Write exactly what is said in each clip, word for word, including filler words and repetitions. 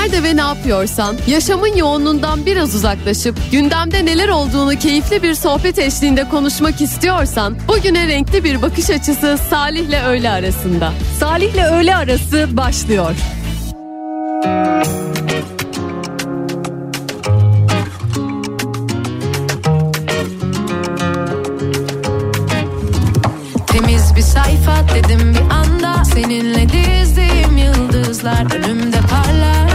Nerede ve ne yapıyorsan, yaşamın yoğunluğundan biraz uzaklaşıp gündemde neler olduğunu keyifli bir sohbet eşliğinde konuşmak istiyorsan, bugüne renkli bir bakış açısı Salih'le öğle arasında. Salih'le öğle arası başlıyor. Temiz bir sayfa dedim bir anda, seninle dizdiğim yıldızlar önümde parlar.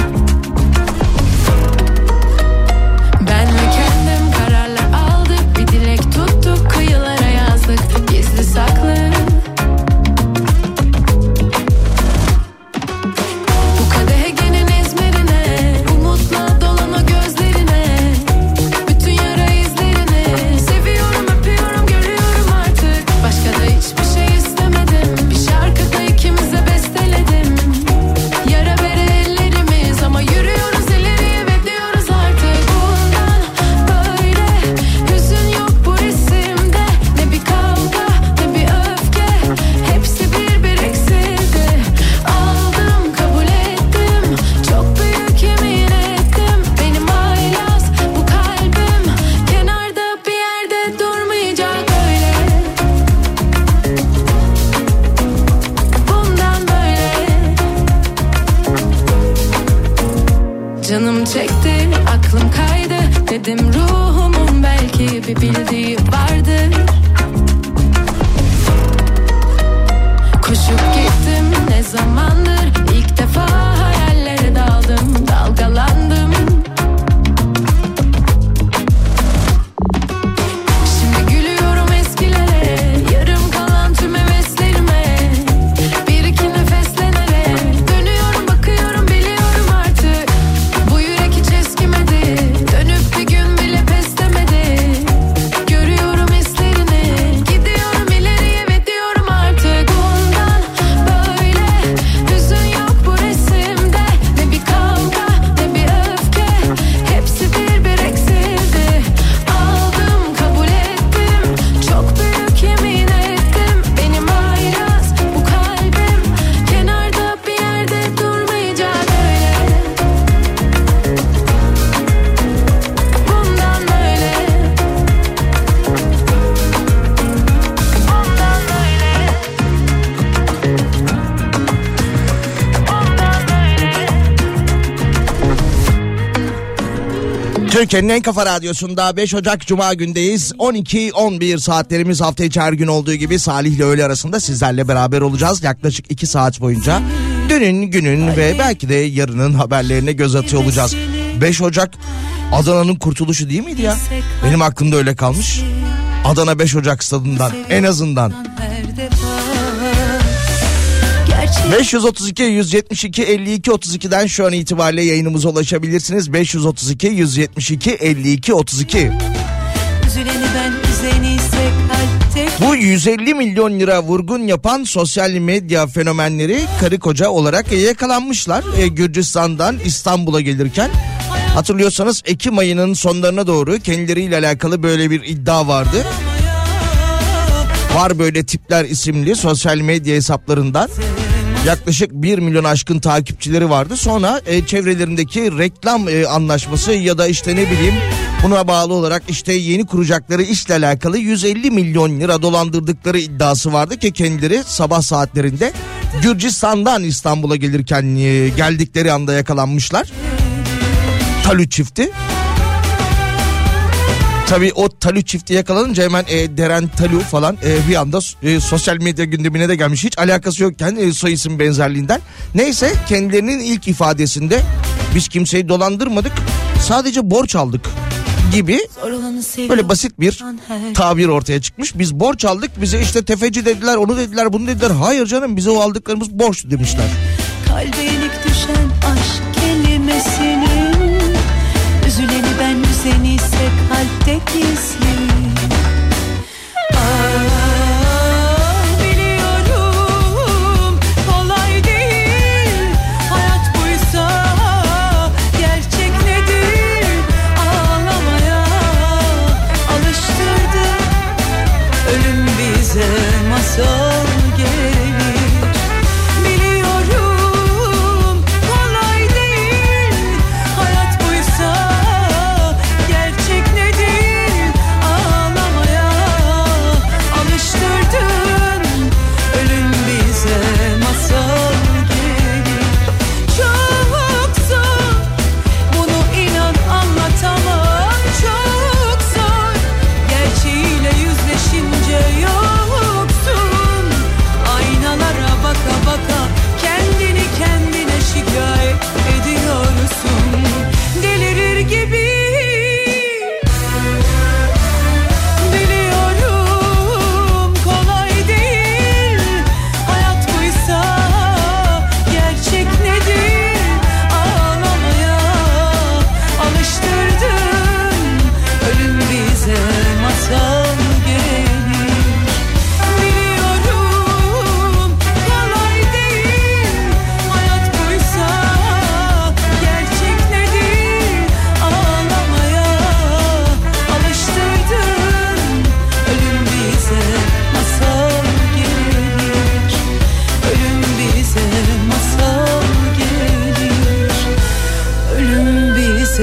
Ben ve kendim kararlar aldık, bir dilek tuttuk, kıyılara yazdık gizli saklı. Bu kadehegenin izmerine, umutla dolan o gözlerine, bütün yara izlerini seviyorum, öpüyorum, görüyorum artık. Başka da hiçbir şey istemedim, bir şarkıda ikimize besteledim. Yara bere ellerimiz ama yürüyoruz ileriye ve diyoruz artık. Bundan böyle hüzün yok bu resimde, ne bir kavga ne bir öfke, hepsi bir bir eksildi. Aldım kabul ettim, çok büyük yemin ettim. Benim haylaz bu kalbim, kenarda bir yerde durmayacak öyle. Bundan böyle canım çekti, aklım kaydı, dedim ruhumun belki bir bildiği vardır. Koşup gittim ne zamandır, ilk defa hayallere daldım, dalgalandım. Şimdi gülüyorum eskilere, yarım kalan tüm heveslerime, bir iki nefesle nereye dönüyorum, bakıyorum, biliyorum artık. Bu yürek hiç eskimedi, dönüp bir gün bile pes demedi. Görüyorum hislerini, gidiyorum ileriye ve diyorum artık. Bundan böyle hüzün yok bu resimde, ne bir kavga ne bir öfke, hepsi bir bir eksildi. Aldım kabul ettim, çok büyük yemin ettim. Benim haylaz bu kalbim, kenarda bir yerde durmayacak öyle. Bundan böyle, bundan böyle, Türkiye'nin en kafa radyosunda beş Ocak Cuma gündeyiz. on iki on bir saatlerimiz, hafta içi her gün olduğu gibi Salih'le öğle arasında sizlerle beraber olacağız. Yaklaşık iki saat boyunca dünün, günün ve belki de yarının haberlerine göz atıyor olacağız. beş Ocak Adana'nın kurtuluşu değil miydi ya? Benim aklımda öyle kalmış. Adana beş Ocak stadından en azından. her defa gerçek. beş yüz otuz iki yüz yetmiş iki elli iki otuz iki'den şu an itibariyle yayınımıza ulaşabilirsiniz. beş yüz otuz iki yüz yetmiş iki elli iki otuz iki. Üzüleni ben, üzeni ise kalpte. Bu yüz elli milyon lira vurgun yapan sosyal medya fenomenleri karı koca olarak yakalanmışlar. E, Gürcistan'dan İstanbul'a gelirken, hatırlıyorsanız Ekim ayının sonlarına doğru kendileriyle alakalı böyle bir iddia vardı. Var Böyle Tipler isimli sosyal medya hesaplarından yaklaşık bir milyon aşkın takipçileri vardı. Sonra e, çevrelerindeki reklam e, anlaşması ya da işte ne bileyim buna bağlı olarak işte yeni kuracakları işle alakalı yüz elli milyon lira dolandırdıkları iddiası vardı ki kendileri sabah saatlerinde Gürcistan'dan İstanbul'a gelirken e, geldikleri anda yakalanmışlar. Talü çifti. Tabii o Talü çifti yakalanınca hemen e, Deren Talü falan e, bir anda e, sosyal medya gündemine de gelmiş. Hiç alakası yokken e, soy isim benzerliğinden. Neyse, kendilerinin ilk ifadesinde biz kimseyi dolandırmadık, sadece borç aldık gibi böyle basit bir tabir ortaya çıkmış. Biz borç aldık, bize işte tefeci dediler, onu dediler, bunu dediler. Hayır canım, bize o aldıklarımız borç demişler. Kalbe yenik düşen aşk kelimesinin, üzüleni ben, üzeni ise kalpte gizli. Ah, biliyorum kolay değil, hayat buysa gerçek nedir? Ağlamaya alıştırdı, ölüm bize masal gelir. Biliyorum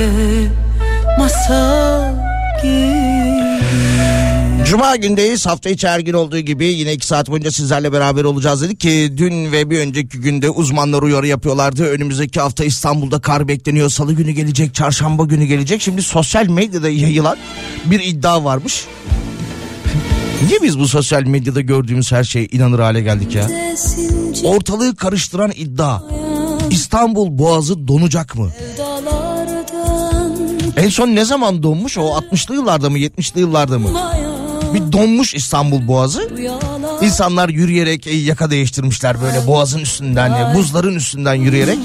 böyle masal gibi. Cuma gündeyiz. Hafta içi her gün olduğu gibi yine iki saat boyunca sizlerle beraber olacağız dedik ki dün ve bir önceki günde uzmanlar uyarı yapıyorlardı. Önümüzdeki hafta İstanbul'da kar bekleniyor. Salı günü gelecek, çarşamba günü gelecek. Şimdi sosyal medyada yayılan bir iddia varmış. Niye biz bu sosyal medyada gördüğümüz her şeye inanır hale geldik ya? Ortalığı karıştıran iddia. İstanbul Boğazı donacak mı? En son ne zaman donmuş? O altmışlı yıllarda mı, yetmişli yıllarda mı? Bir donmuş İstanbul Boğazı. İnsanlar yürüyerek yaka değiştirmişler böyle boğazın üstünden, buzların üstünden yürüyerek.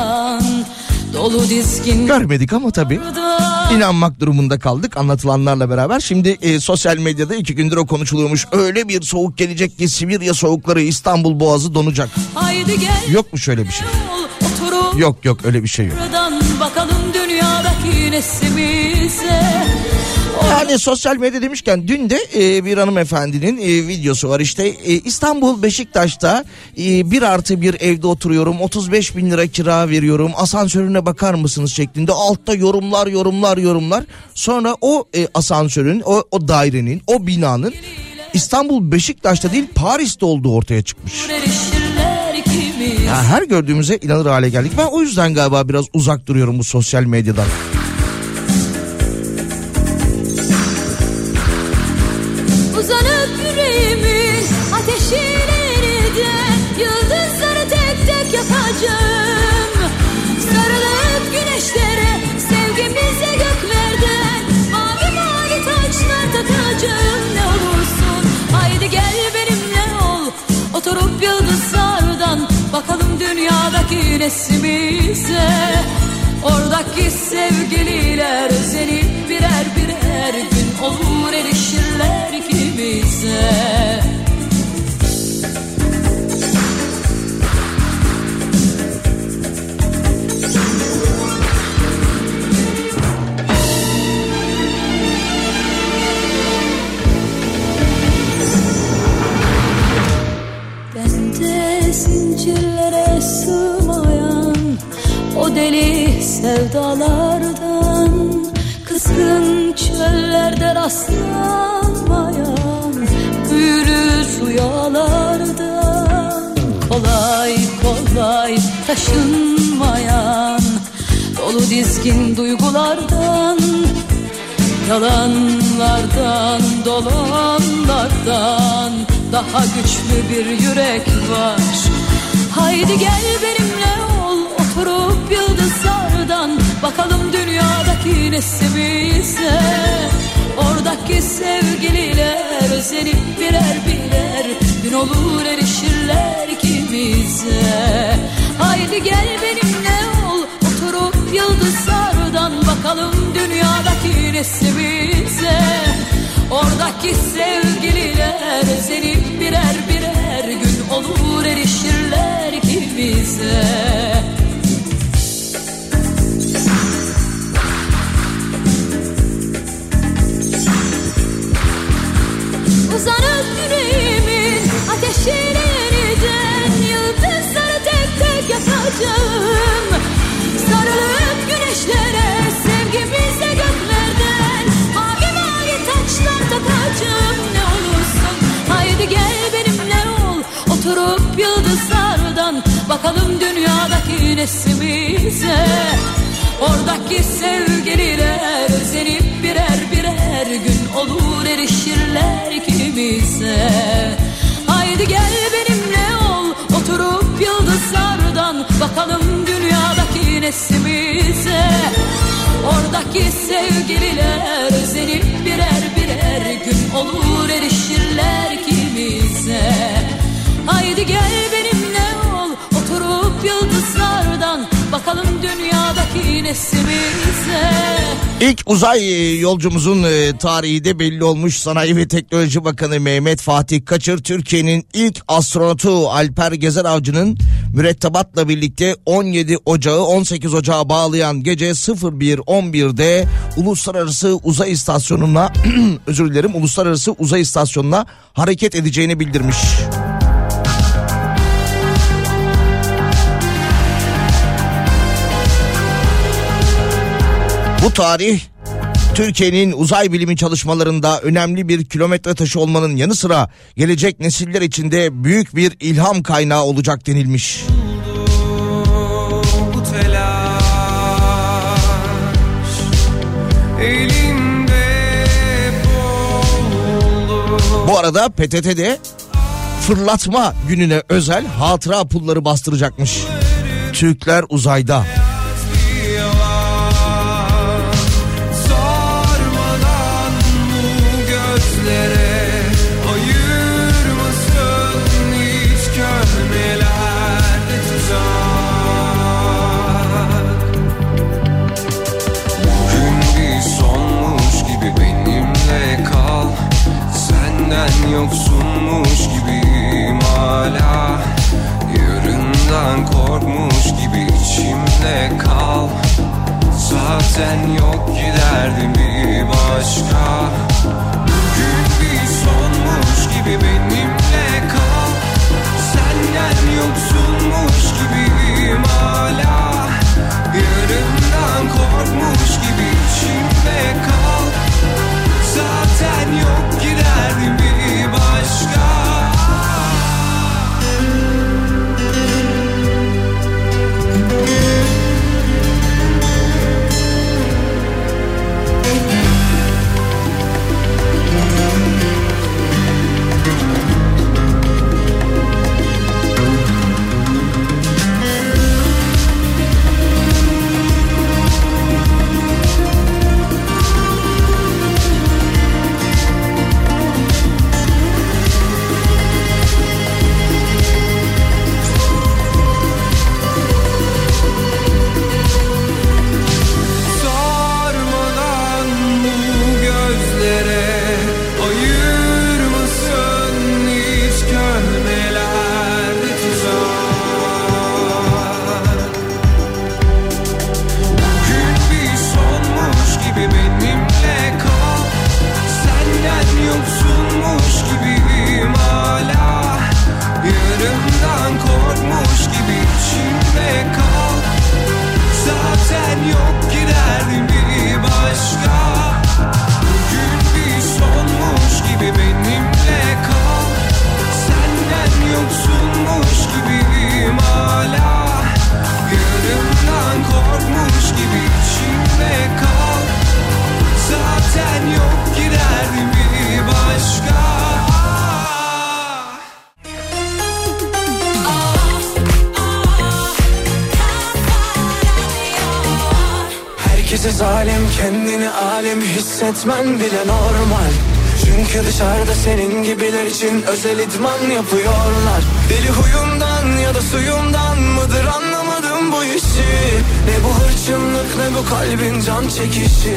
Görmedik ama tabii inanmak durumunda kaldık anlatılanlarla beraber. Şimdi e, sosyal medyada iki gündür o konuşuluyormuş. Öyle bir soğuk gelecek ki Sibirya soğukları, İstanbul Boğazı donacak. Yok mu şöyle bir şey? Yok yok, öyle bir şey yok. Bakalım dünyadaki nesimize. Yani sosyal medya demişken dün de e, bir hanımefendinin e, videosu var işte e, İstanbul Beşiktaş'ta e, bir artı bir evde oturuyorum, otuz beş bin lira kira veriyorum, asansörüne bakar mısınız şeklinde altta yorumlar yorumlar yorumlar. Sonra o e, asansörün o, o dairenin o binanın İstanbul Beşiktaş'ta değil Paris'te olduğu ortaya çıkmış. Ya her gördüğümüze inanır hale geldik. Ben o yüzden galiba biraz uzak duruyorum bu sosyal medyadan. Uzanıp yüreğimin ateşinden yıldızları tek tek yakacağım. Sarılıp güneşlere sevgimize göklerden mavi mavi taçlar takacağım. Ne olursun haydi gel benimle ol, oturup yıldızlardan bakalım dünyadaki nesimize. Oradaki sevgililer özenip birer birer gün olur erişirler ikimize. Bende zincirlere sığmayan o deli sevdalardan, kızgın çöllerde rastlanmayan büyülü rüyalardan, kolay kolay taşınmayan dolu dizgin duygulardan, yalanlardan dolanlardan daha güçlü bir yürek var. Haydi gel benimle ol, oturup yıldızlardan bakalım dünyadaki nesimize. Oradaki sevgililer özenip birer birer gün olur erişirler ikimize. Haydi gel benimle ol, oturup yıldızlardan bakalım dünyadaki nesimize. Oradaki sevgililer özenip birer birer gün olur erişirler ikimize. Uzanıp yüreğimin ateşlerinden yıldızları tek tek yakacağım. Sarılıp güneşlere sevgimize göklerden mavi mavi taçlar takacağım. Ne olursun haydi gel benimle ol, oturup yıldızlardan bakalım dünyadaki nesimize. Oradaki sevgililer özenip birer birer gün olur erişirler ikimize. Haydi gel benimle ol, oturup yıldızlardan bakalım dünyadaki nesimize. Oradaki sevgililer özenip birer birer gün olur erişirler ikimize. Haydi gel benimle ol, oturup yıldızlardan bakalım dünyadaki nesimize. İlk uzay yolcumuzun tarihi de belli olmuş. Sanayi ve Teknoloji Bakanı Mehmet Fatih Kaçır, Türkiye'nin ilk astronotu Alper Gezer Avcı'nın mürettebatla birlikte on yedi Ocağı on sekiz Ocağı bağlayan gece sıfır bir on birde Uluslararası Uzay İstasyonu'na özür dilerim Uluslararası Uzay İstasyonu'na hareket edeceğini bildirmiş. Bu tarih Türkiye'nin uzay bilimi çalışmalarında önemli bir kilometre taşı olmanın yanı sıra gelecek nesiller için de büyük bir ilham kaynağı olacak denilmiş. Bu telaş, elinde buldu. Bu arada P T T'de fırlatma gününe özel hatıra pulları bastıracakmış. Türkler uzayda. Yoksunmuş gibiyim hala, yarından korkmuş gibi içimde kal. Zaten yok giderdim bir başka. Bugün bir sonmuş gibi benimle kal. Senden yoksunmuş gibiyim hala, yarından korkmuş gibi içimde kal. Zaten yok giderdim bir başka. Hissetmen bile normal. Çünkü dışarıda senin gibiler için özel idman yapıyorlar. Deli huyundan ya da suyundan mıdır anlamadım bu işi. Ne bu hırçınlık ne bu kalbin can çekişi.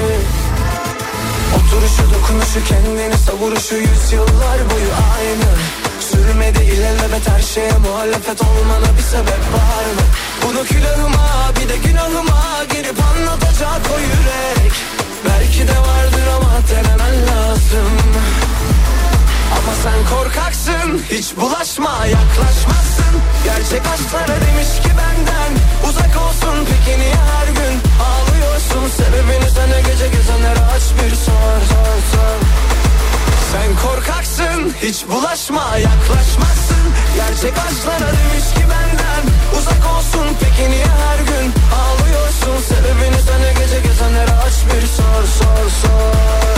Oturuşu dokunuşu kendini savuruşu yüzyıllar boyu aynı. Sürmedi ilelebet her şeye muhalefet olmana bir sebep var mı? Bunu külahıma bir de günahıma girip anlatacak o yürek. Belki de vardır ama denemen lazım. Ama sen korkaksın, hiç bulaşma, yaklaşmazsın. Gerçek aşklara demiş ki benden uzak olsun. Peki niye her gün ağlıyorsun? Sebebini sana gece gezenlere aç bir sor, sor, sor. Sen korkaksın, hiç bulaşma, yaklaşmazsın. Gerçek aşklara demiş ki benden uzak olsun. Peki niye her gün ağlıyorsun? Sebebini sana gece gezenlere aç bir sor, sor, sor.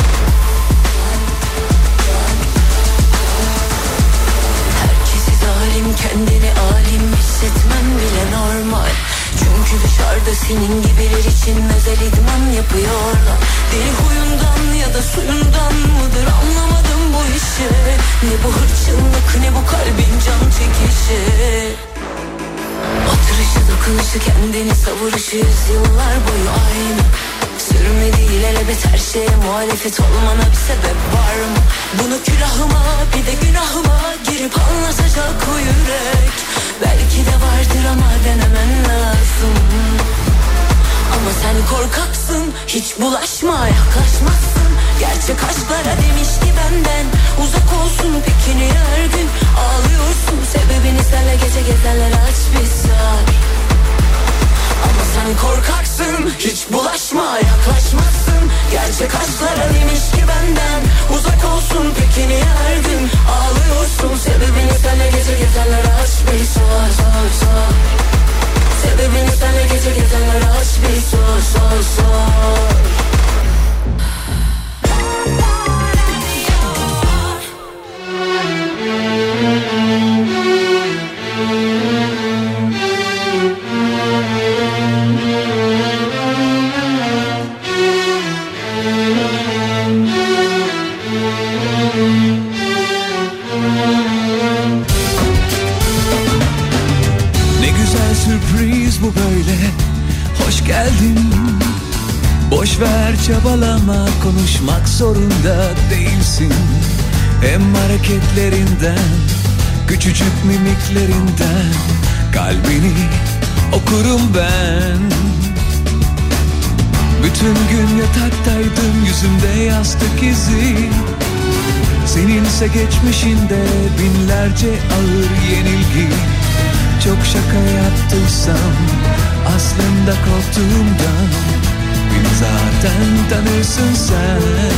Herkesi zalim, kendini alim hissetmen bile normal. Çünkü dışarıda senin gibiler için özel idman yapıyorlar. Deli huyundan ya da suyundan mıdır anlamadım bu işi. Ne bu hırçınlık ne bu kalbin can çekişi. Oturuşu dokunuşu kendini savuruşu yüzyıllar boyu aynı. Sürmedi ilelebet her şeye muhalefet olmana bir sebep var mı? Bunu külahıma bir de günahıma girip anlatacak o yürek. Belki de vardır ama denemen lazım. Ama sen korkaksın, hiç bulaşma, yaklaşmazsın. Gerçek aşklara demiş ki benden uzak olsun. Peki niye her gün ağlıyorsun? Sebebini senle gece gezenlere aç bir sor. Ama sen korkaksın, hiç bulaşma, yaklaşmazsın. Gerçek aşklara demiş ki benden uzak olsun. Peki niye her gün ağlıyorsun? Sebebini senle gece gezenlere aç bir sor, sor, sor. Sebebini senle gece gezenlere aç bir sor, sor, sor. Sürpriz bu böyle, hoş geldin. Boş ver çabalama, konuşmak zorunda değilsin. Hem hareketlerinden, küçücük mimiklerinden kalbini okurum ben. Bütün gün yataktaydım, yüzümde yastık izi. Seninse geçmişinde binlerce ağır yenilgi. Çok şaka yaptıysam aslında korktuğumdan, beni zaten tanırsın sen.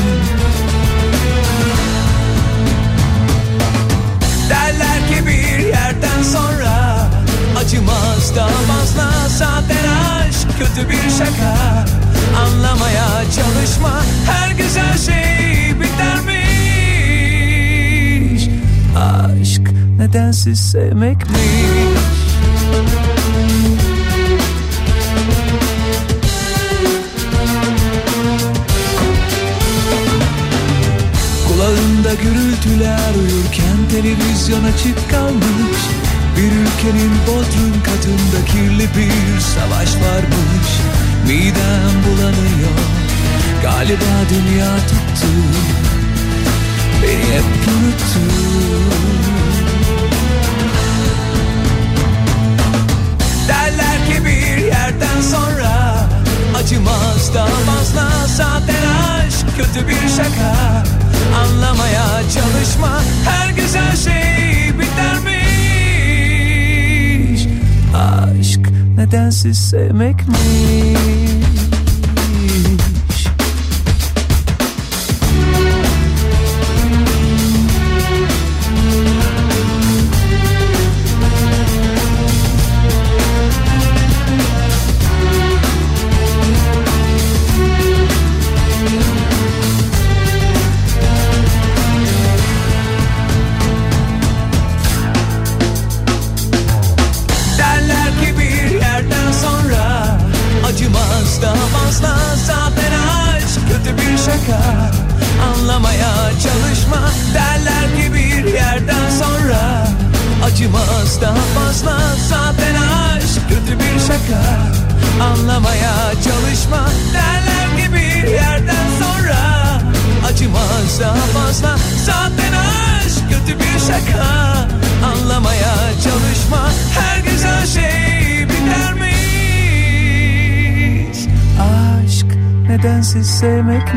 Derler ki bir yerden sonra acımaz da fazla. Zaten aşk kötü bir şaka, anlamaya çalışma. Her güzel şey bitermiş. Aşk nedensiz sevmekmiş. Kulağında gürültüler uyurken televizyon açık kalmış. Bir ülkenin bodrum katında kirli bir savaş varmış. Midem bulanıyor, galiba dünya tuttu, beni hep unuttu. Derler ki bir yerden sonra acımaz da fazla. Zaten aşk kötü bir şaka, anlamaya çalışma. Her güzel şey bitermiş. Aşk nedensiz sevmekmiş. Anlamaya çalışma. Derler ki bir yerden sonra acımaz daha fazla. Zaten aşk kötü bir şaka, anlamaya çalışma. Derler ki bir yerden sonra acımaz daha fazla. Zaten aşk kötü bir şaka, anlamaya çalışma. Her güzel şey bitermiş. Aşk nedensiz sevmek mi?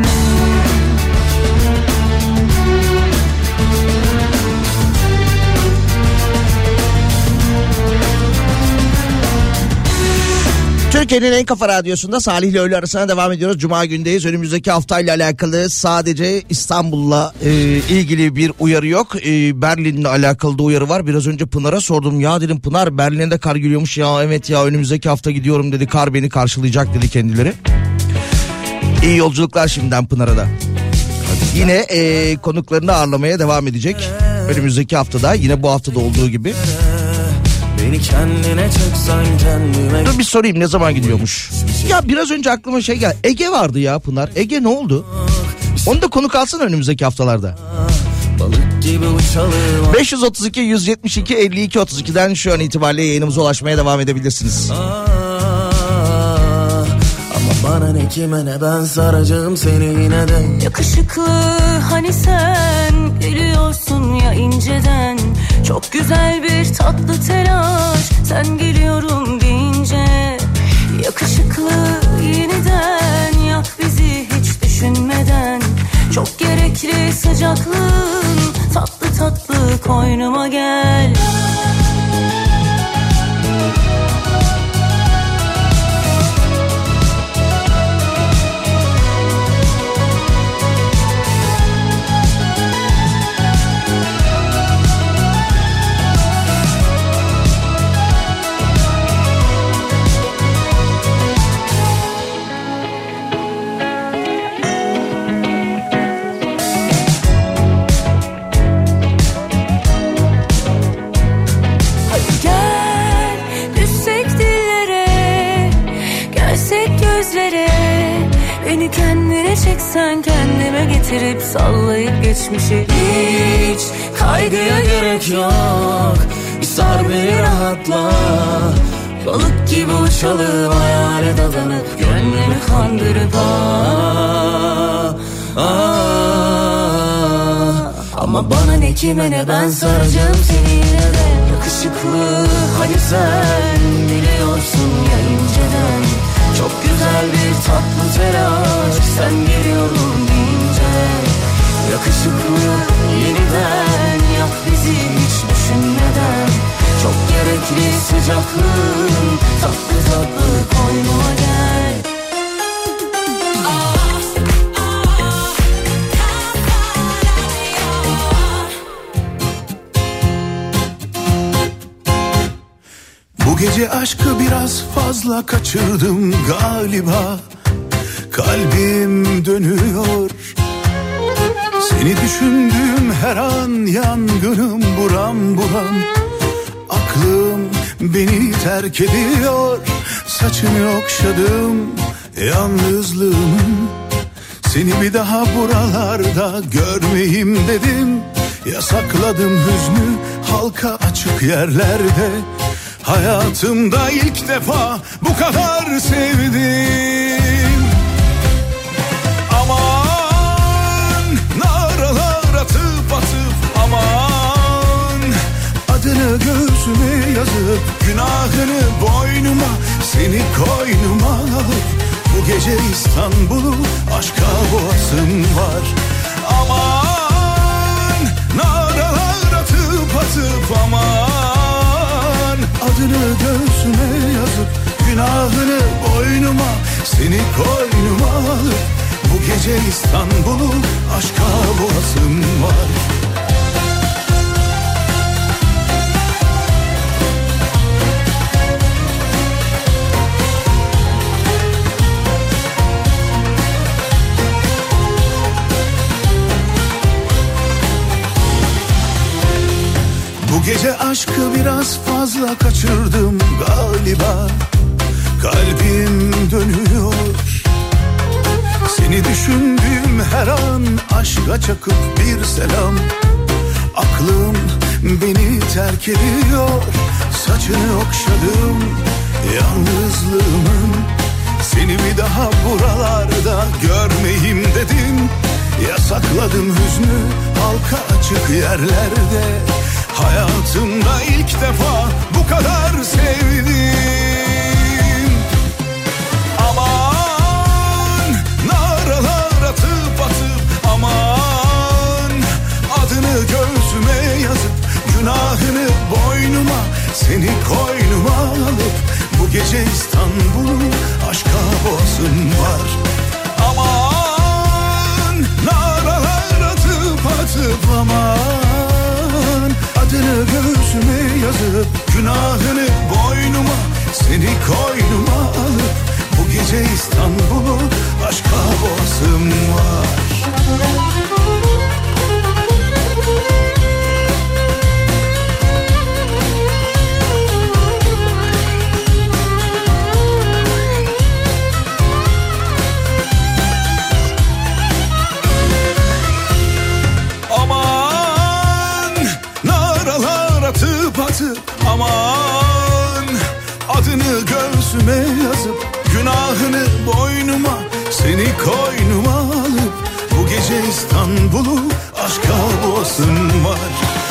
Türkiye'nin en kafa radyosunda Salih ile öğle arasına devam ediyoruz. Cuma gündeyiz. Önümüzdeki haftayla alakalı sadece İstanbul'la e, ilgili bir uyarı yok. E, Berlin'le alakalı da uyarı var. Biraz önce Pınar'a sordum. Ya dedim Pınar, Berlin'de de kar geliyormuş. Ya evet ya, önümüzdeki hafta gidiyorum dedi. Kar beni karşılayacak dedi kendileri. İyi yolculuklar şimdiden Pınar'a da. Hadi. Yine e, konuklarını ağırlamaya devam edecek. Önümüzdeki haftada, yine bu haftada olduğu gibi. Beni kendine çeksen kendime... Dur bir sorayım, ne zaman gidiyormuş? Ya biraz önce aklıma şey geldi. Ege vardı ya Pınar. Ege ne oldu? Onu da konuk alsın önümüzdeki haftalarda. Balık gibi uçalım. beş yüz otuz iki yüz yetmiş iki elli iki otuz iki'den şu an itibariyle yayınımıza ulaşmaya devam edebilirsiniz. Ama bana ne kime ne, ben saracağım seni yine de. Yakışıklı hani sen geliyorsun ya inceden. Çok güzel bir tatlı telaş, sen geliyorum deyince. Yakışıklı yeniden yak bizi hiç düşünmeden. Çok gerekli sıcaklığın, tatlı tatlı koynuma gel. gözlere. Beni kendine çeksen kendime getirip sallayıp geçmişi. Hiç kaygıya gerek yok, bir sar beni rahatla. Balık gibi uçalım, hayale dadanıp gönlümü kandırıp ah, ah. Ama bana ne kime ne, ben saracağım seni yine de. Yakışıklı hani sen biliyorsun ya inceden. Çok güzel bir tatlı telaş, sen geliyorum deyince. Yakışıklı yeniden yak bizi hiç düşünmeden. Çok gerekli sıcaklığın, tatlı tatlı koynuma gel. Bu gece aşkı biraz fazla kaçırdım galiba. Kalbim dönüyor. Seni düşündüğüm her an yangınım buram buram. Aklım beni terk ediyor. Saçını okşadım yalnızlığımın. Seni bir daha buralarda görmeyeyim dedim. Yasakladım hüznü halka açık yerlerde. Hayatımda ilk defa bu kadar sevdim. Aman naralar atıp atıp aman. Adını göğsüme yazıp günahını boynuma, seni koynuma alıp bu gece İstanbul'u aşka boğasım var. Aman naralar atıp atıp aman. Adını göğsüme yazıp günahını boynuma, seni koynuma alıp bu gece İstanbul'u aşka boğasım var. Bu gece aşkı biraz fazla kaçırdım galiba. Kalbim dönüyor. Seni düşündüğüm her an aşka çakıp bir selam. Aklım beni terk ediyor. Saçını okşadım yalnızlığımın. Seni bir daha buralarda görmeyeyim dedim. Yasakladım hüznü halka açık yerlerde. Hayatımda ilk defa bu kadar sevdim. Aman naralar atıp atıp aman. Adını göğsüme yazıp günahını boynuma, seni koynuma alıp bu gece İstanbul'u aşka boğasım var. Aman naralar atıp atıp aman. Adını göğsüme yazıp günahını boynuma, seni koynuma alıp bu gece İstanbul'u aşka boğasım var. Atıp atıp aman. Adını göğsüme yazıp günahını boynuma, seni koynuma alıp bu gece İstanbul'u aşka boğasım var.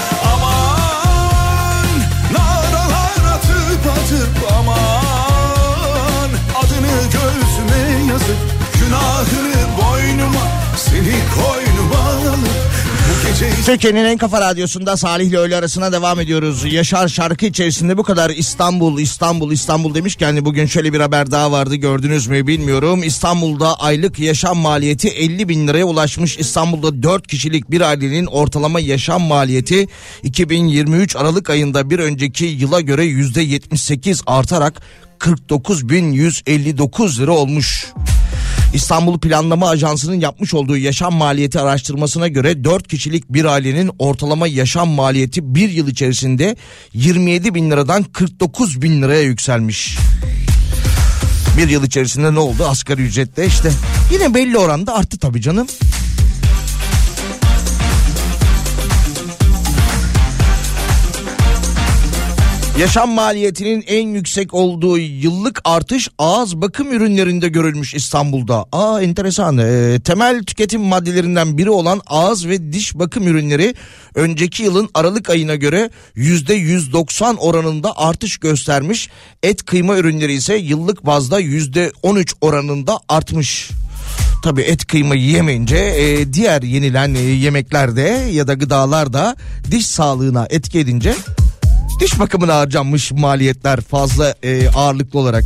Aman naralar atıp atıp aman. Adını göğsüme yazıp günahını boynuma, seni koynuma alıp. Türkiye'nin en kafa radyosunda Salih ile öğle arasına devam ediyoruz. Yaşar şarkı içerisinde bu kadar İstanbul, İstanbul, İstanbul demişken yani bugün şöyle bir haber daha vardı, gördünüz mü bilmiyorum. İstanbul'da aylık yaşam maliyeti elli bin liraya ulaşmış. İstanbul'da dört kişilik bir ailenin ortalama yaşam maliyeti iki bin yirmi üç Aralık ayında bir önceki yıla göre yüzde yetmiş sekiz artarak kırk dokuz bin yüz elli dokuz lira olmuş. İstanbul Planlama Ajansı'nın yapmış olduğu yaşam maliyeti araştırmasına göre dört kişilik bir ailenin ortalama yaşam maliyeti bir yıl içerisinde yirmi yedi bin liradan kırk dokuz bin liraya yükselmiş. Bir yıl içerisinde ne oldu? Asgari ücrette işte yine belli oranda arttı tabii canım. Yaşam maliyetinin en yüksek olduğu yıllık artış ağız bakım ürünlerinde görülmüş İstanbul'da. Aa enteresan. E, temel tüketim maddelerinden biri olan ağız ve diş bakım ürünleri önceki yılın Aralık ayına göre yüzde yüz doksan oranında artış göstermiş. Et kıyma ürünleri ise yıllık bazda yüzde on üç oranında artmış. Tabii et kıyma yiyemeyince e, diğer yenilen e, yemeklerde ya da gıdalarda diş sağlığına etki edince diş bakımına harcanmış maliyetler fazla e, ağırlıklı olarak.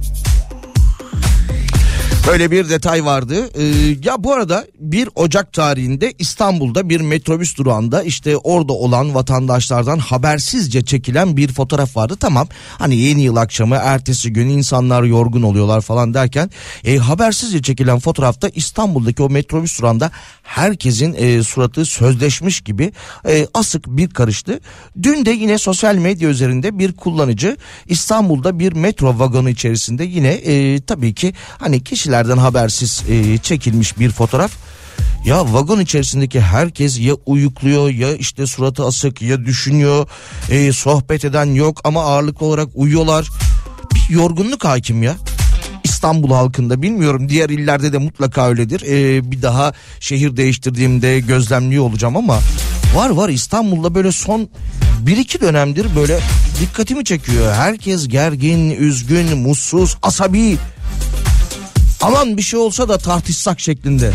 Böyle bir detay vardı. Ee, ya bu arada bir Ocak tarihinde İstanbul'da bir metrobüs durağında işte orada olan vatandaşlardan habersizce çekilen bir fotoğraf vardı. Tamam hani yeni yıl akşamı ertesi gün insanlar yorgun oluyorlar falan derken e, habersizce çekilen fotoğrafta İstanbul'daki o metrobüs durağında herkesin e, suratı sözleşmiş gibi e, asık bir karıştı. Dün de yine sosyal medya üzerinde bir kullanıcı İstanbul'da bir metro vagonu içerisinde yine e, tabii ki hani kişiler lerden habersiz e, çekilmiş bir fotoğraf. Ya vagon içerisindeki herkes ya uyukluyor ya işte suratı asık ya düşünüyor, e, sohbet eden yok ama ağırlıklı olarak uyuyorlar. Bir yorgunluk hakim ya İstanbul halkında, bilmiyorum diğer illerde de mutlaka öyledir. E, bir daha şehir değiştirdiğimde gözlemliyor olacağım ama var var İstanbul'da böyle son bir iki dönemdir böyle dikkatimi çekiyor. Herkes gergin, üzgün, mutsuz, asabi. Aman bir şey olsa da tartışsak şeklinde.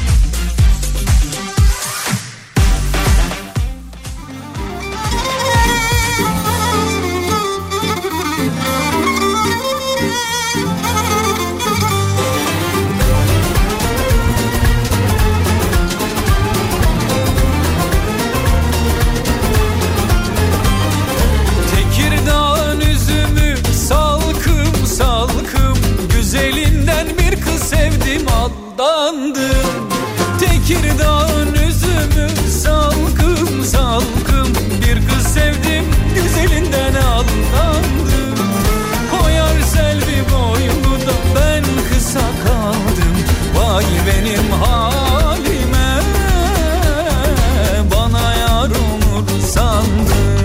Tekirdağ'ın üzümü salkım salkım, güzelinden bir kız sevdim aldandım. Tekirdağ'ın üzümü salkım salkım, bir kız sevdim güzelinden aldandım. Koyar selvi boynu da ben kısa kaldım. Vay benim halime, bana yar olur sandım.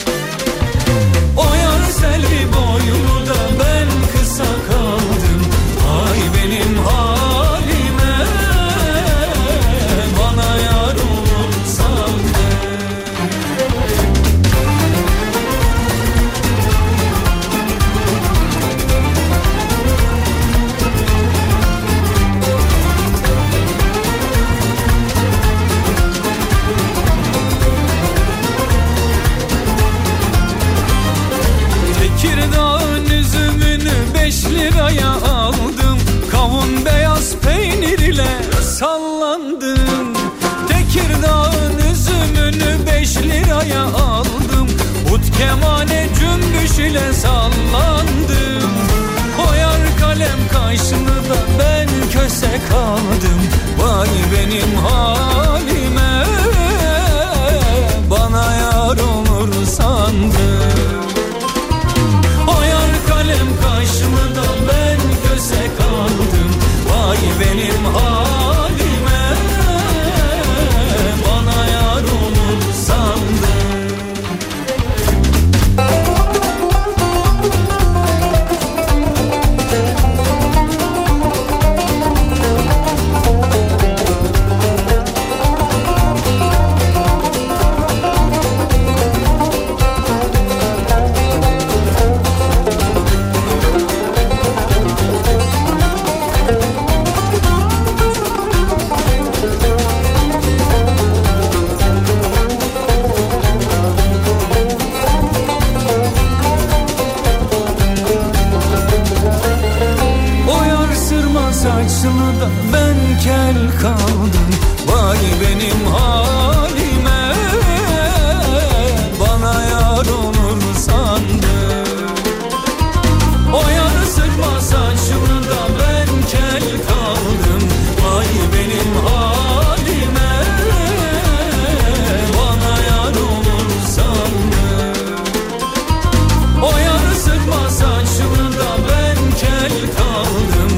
O yar selvi boynu da ben kısa kaldım. Ay benim halime, bana yar olur sandım. Tekirdağ'ın üzümünü beş liraya aldım. Kavun beyaz peynir ile sallandım. Tekirdağ'ın üzümünü beş liraya aldım. Ut kemane cümbüş ile sallandım. Koyar kalem kaşını da ben köse kaldım. Vay benim halime, bana yar olur sandım. Oyar kalem kaşımı da ben köse kaldım. Vay benim halime, bana yar olur sandım. Saçını da ben kel kaldım. Vay benim halime, bana yar olur sandım. O yar sıkma saçını da ben kel kaldım. Vay benim halime, bana yar olur sandım. O yar sıkma saçını da ben kel kaldım.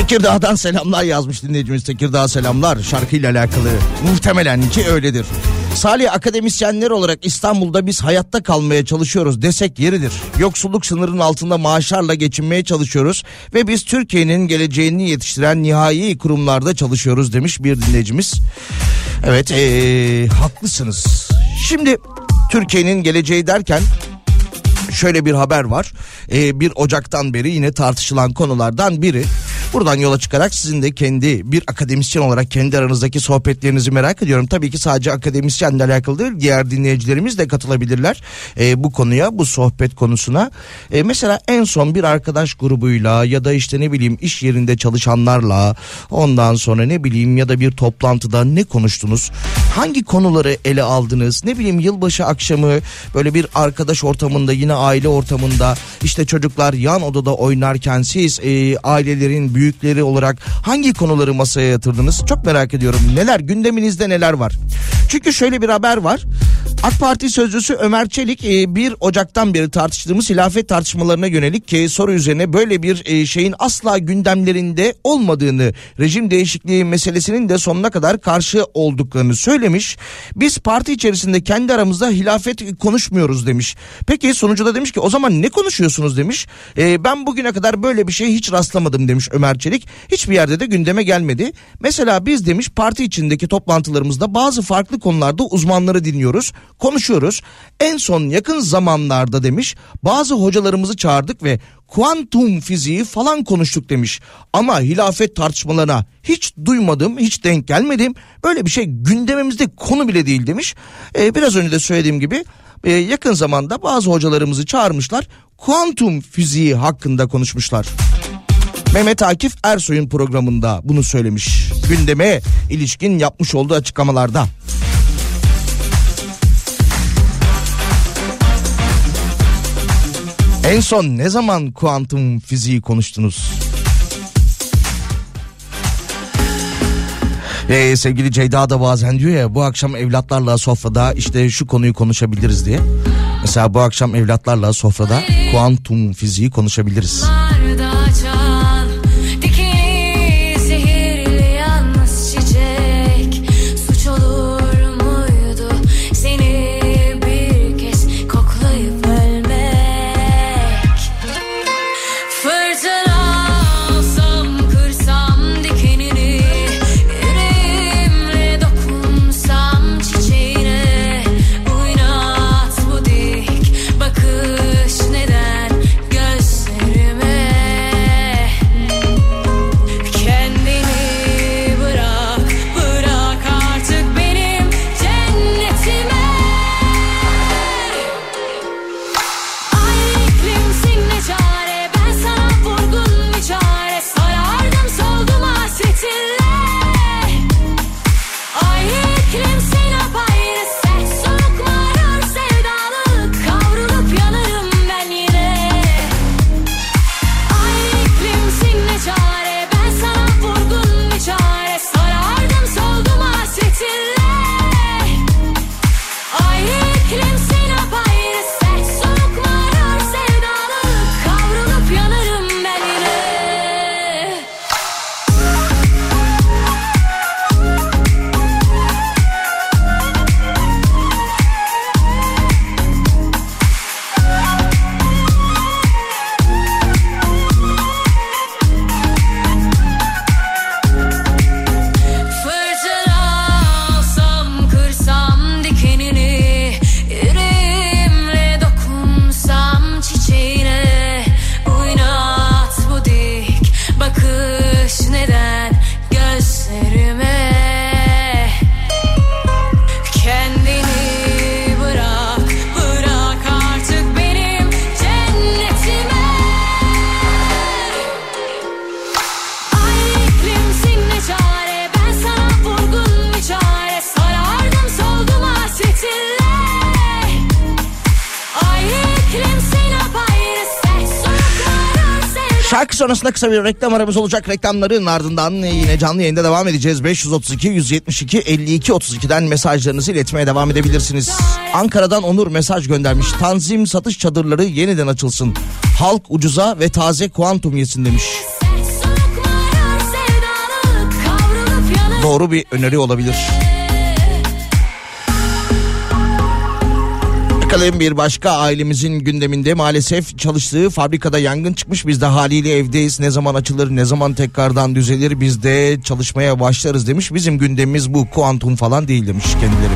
Tekirdağ'dan selamlar yazmış dinleyicimiz. Tekirdağ selamlar şarkıyla alakalı. Muhtemelen ki öyledir. Salih, akademisyenler olarak İstanbul'da biz hayatta kalmaya çalışıyoruz desek yeridir. Yoksulluk sınırının altında maaşlarla geçinmeye çalışıyoruz ve biz Türkiye'nin geleceğini yetiştiren nihai kurumlarda çalışıyoruz demiş bir dinleyicimiz. Evet, ee, haklısınız. Şimdi Türkiye'nin geleceği derken şöyle bir haber var. Ee, bir Ocak'tan beri yine tartışılan konulardan biri. Buradan yola çıkarak sizin de kendi bir akademisyen olarak kendi aranızdaki sohbetlerinizi merak ediyorum. Tabii ki sadece akademisyenle alakalı değil, diğer dinleyicilerimiz de katılabilirler e, bu konuya, bu sohbet konusuna. E, mesela en son bir arkadaş grubuyla ya da işte ne bileyim iş yerinde çalışanlarla, ondan sonra ne bileyim ya da bir toplantıda ne konuştunuz? Hangi konuları ele aldınız? Ne bileyim yılbaşı akşamı böyle bir arkadaş ortamında, yine aile ortamında, işte çocuklar yan odada oynarken siz e, ailelerin büyükleri olarak hangi konuları masaya yatırdınız? Çok merak ediyorum. Neler, gündeminizde neler var? Çünkü şöyle bir haber var. AK Parti sözcüsü Ömer Çelik bir Ocak'tan beri tartıştığımız hilafet tartışmalarına yönelik soru üzerine böyle bir şeyin asla gündemlerinde olmadığını, rejim değişikliği meselesinin de sonuna kadar karşı olduklarını söylemiş. Biz parti içerisinde kendi aramızda hilafet konuşmuyoruz demiş. Peki sonucu da demiş ki o zaman ne konuşuyorsunuz demiş. E, ben bugüne kadar böyle bir şeye hiç rastlamadım demiş Ömer Çelik. Hiçbir yerde de gündeme gelmedi. Mesela biz demiş parti içindeki toplantılarımızda bazı farklı konularda uzmanları dinliyoruz, konuşuyoruz. En son yakın zamanlarda demiş bazı hocalarımızı çağırdık ve kuantum fiziği falan konuştuk demiş. Ama hilafet tartışmalarına hiç duymadım, hiç denk gelmedim. Böyle bir şey gündemimizde konu bile değil demiş. Ee, biraz önce de söylediğim gibi e, yakın zamanda bazı hocalarımızı çağırmışlar. Kuantum fiziği hakkında konuşmuşlar. Mehmet Akif Ersoy'un programında bunu söylemiş. Gündeme ilişkin yapmış olduğu açıklamalarda. En son ne zaman kuantum fiziği konuştunuz? Ee, sevgili Ceyda da bazen diyor ya, bu akşam evlatlarla sofrada işte şu konuyu konuşabiliriz diye. Mesela bu akşam evlatlarla sofrada kuantum fiziği konuşabiliriz. Şarkı sonrasında kısa bir reklam aramız olacak. Reklamların ardından yine canlı yayında devam edeceğiz. beş yüz otuz iki yüz yetmiş iki elli iki otuz iki'den mesajlarınızı iletmeye devam edebilirsiniz. Ankara'dan Onur mesaj göndermiş. Tanzim satış çadırları yeniden açılsın. Halk ucuza ve taze kuantum yesin demiş. doğru bir öneri olabilir. Bakalım bir başka ailemizin gündeminde maalesef çalıştığı fabrikada yangın çıkmış. Biz de haliyle evdeyiz. Ne zaman açılır, ne zaman tekrardan düzelir, biz de çalışmaya başlarız demiş. Bizim gündemimiz bu, kuantum falan değil demiş kendileri.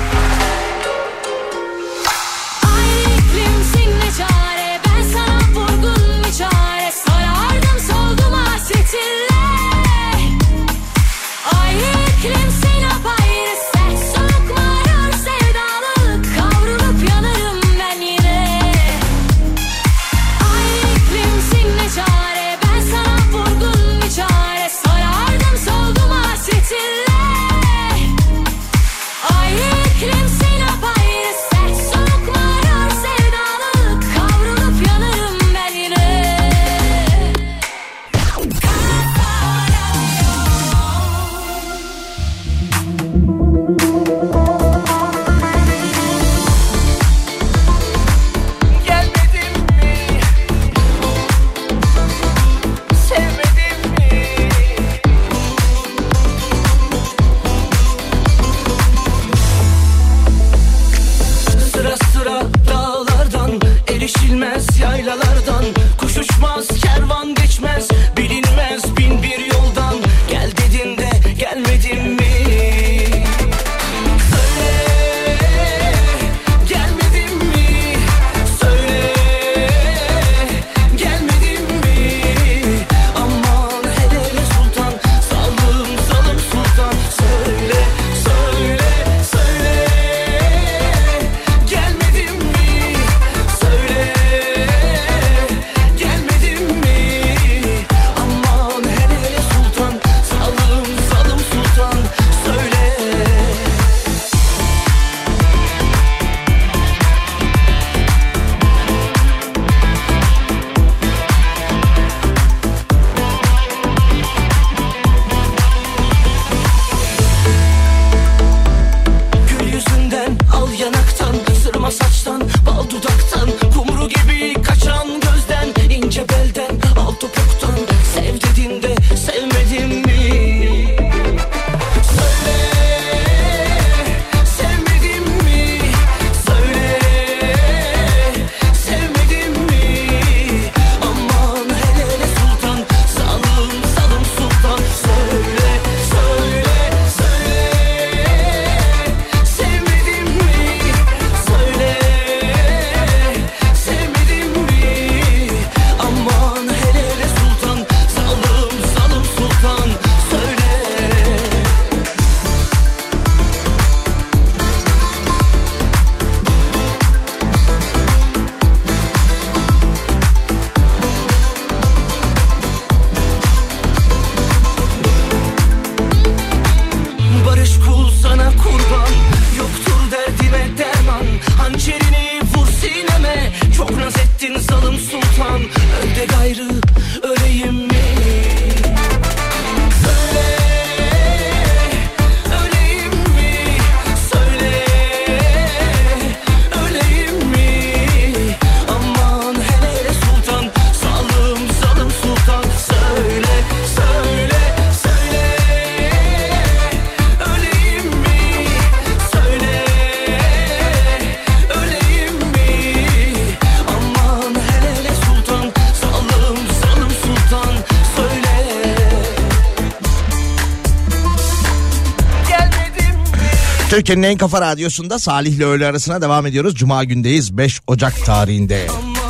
Türkiye'nin en kafa radyosunda Salih ile öğle arasına devam ediyoruz. Cuma gündeyiz, beş Ocak tarihinde.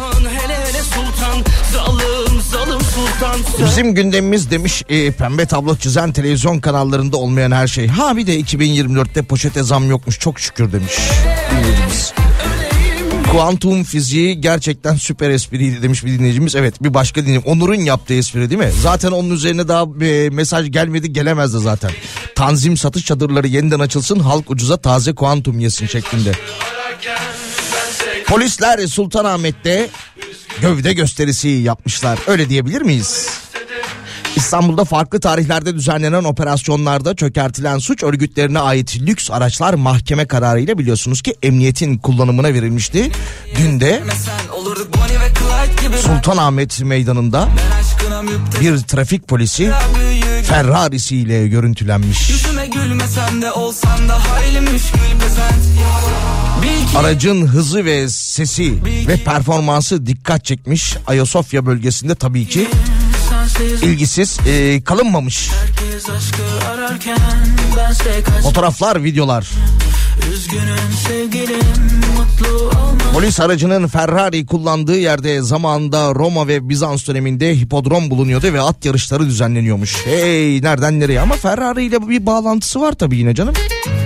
Bizim gündemimiz demiş e, pembe tablo çizen televizyon kanallarında olmayan her şey. Ha bir de iki bin yirmi dörtte poşete zam yokmuş, çok şükür demiş dinleyicimiz. Kuantum fiziği gerçekten süper espriydi demiş bir dinleyicimiz. Evet, bir başka dinleyicim Onur'un yaptığı espri değil mi? Zaten onun üzerine daha e, mesaj gelmedi, gelemez de zaten. Tanzim satış çadırları yeniden açılsın, halk ucuza taze kuantum yesin şeklinde. Polisler Sultanahmet'te gövde gösterisi yapmışlar. Öyle diyebilir miyiz? İstanbul'da farklı tarihlerde düzenlenen operasyonlarda çökertilen suç örgütlerine ait lüks araçlar mahkeme kararıyla biliyorsunuz ki emniyetin kullanımına verilmişti. Dün de Sultanahmet Meydanı'nda bir trafik polisi Ferrari'siyle görüntülenmiş. Aracın hızı ve sesi ve performansı dikkat çekmiş. Ayasofya bölgesinde tabii ki ilgisiz e, kalınmamış. Fotoğraflar, videolar. Polis aracının Ferrari kullandığı yerde zamanında Roma ve Bizans döneminde hipodrom bulunuyordu ve at yarışları düzenleniyormuş. Hey, nereden nereye, ama Ferrari ile bir bağlantısı var tabii yine canım.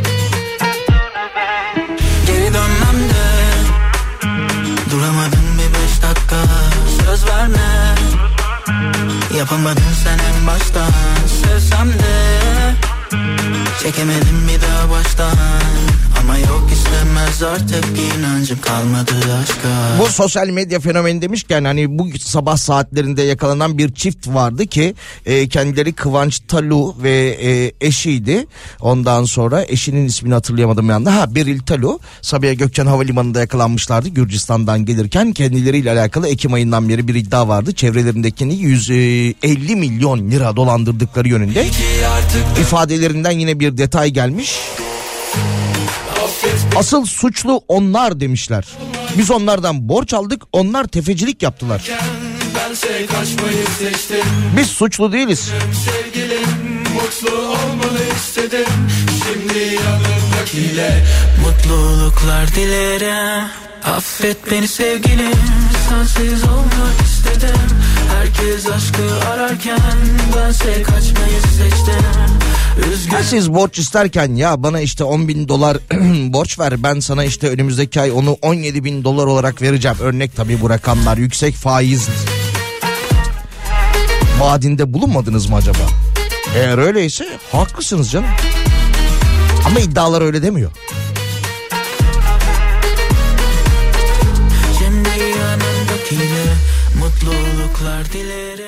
Geri dönmem de duramadım bir beş dakika, söz verme. Yapamadın sen en baştan, sevsem de çekemedim bir daha baştan. Ama yok istemez artık, inancım kalmadı aşka. Bu sosyal medya fenomeni demişken hani bu sabah saatlerinde yakalanan bir çift vardı ki e, kendileri Kıvanç Talu ve e, eşiydi. Ondan sonra eşinin ismini hatırlayamadım yanda. Ha, Beril Talu Sabiha Gökçen Havalimanı'nda yakalanmışlardı Gürcistan'dan gelirken. Kendileriyle alakalı Ekim ayından beri bir iddia vardı. Çevrelerindekini yüz elli milyon lira dolandırdıkları yönünde. İfadelerinden yine bir detay gelmiş. Asıl suçlu onlar demişler. Biz onlardan borç aldık, onlar tefecilik yaptılar. Biz suçlu değiliz. Mutlu olmanı istedim. Şimdi yanımdakiyle mutluluklar dilerim. Affet beni sevgilim, sensiz olmak istedim. Herkes aşkı ararken bense kaçmayı seçtim. Üzgün. Siz borç isterken ya bana işte on bin dolar borç ver, ben sana işte önümüzdeki ay onu on yedi bin dolar olarak vereceğim. Örnek tabii bu rakamlar yüksek faiz vaadinde bulunmadınız mı acaba? Eğer öyleyse haklısınız canım. Ama iddialar öyle demiyor. Şimdi yanımdakiyle mutluluklar dilerim.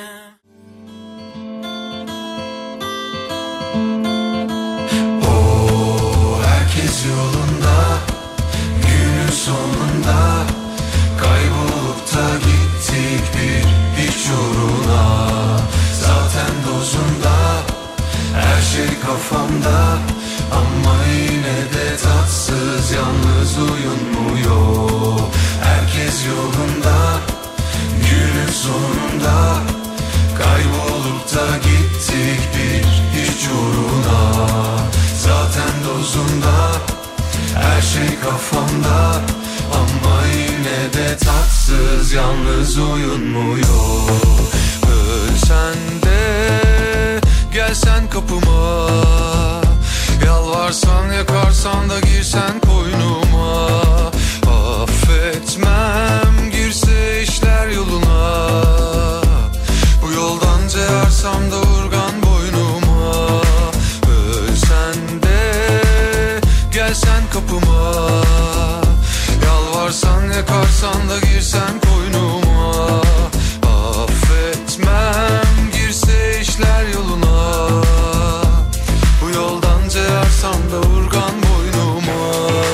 Yolunda, günün sonunda kaybolup da gittik bir hiç uğruna. Zaten dozunda her şey kafamda, ama yine de tatsız, yalnız uyunmuyor. Herkes yolunda, günün sonunda kaybolup da gittik bir hiç uğruna. Zaten dozunda her şey kafamda, ama yine de tatsız, yalnız uyunmuyor. Ölsen de gelsen kapıma, yalvarsan yakarsan da girsen koynuma. Affetmem girse işler yoluna, bu yoldan ceyarsam da urgan boynuma. Ölsen de gelsen kapıma, yalvarsan yakarsan da girsen koynuma. Affetmem girse işler yoluna, bu yoldan ceyarsam da urgan boynuma.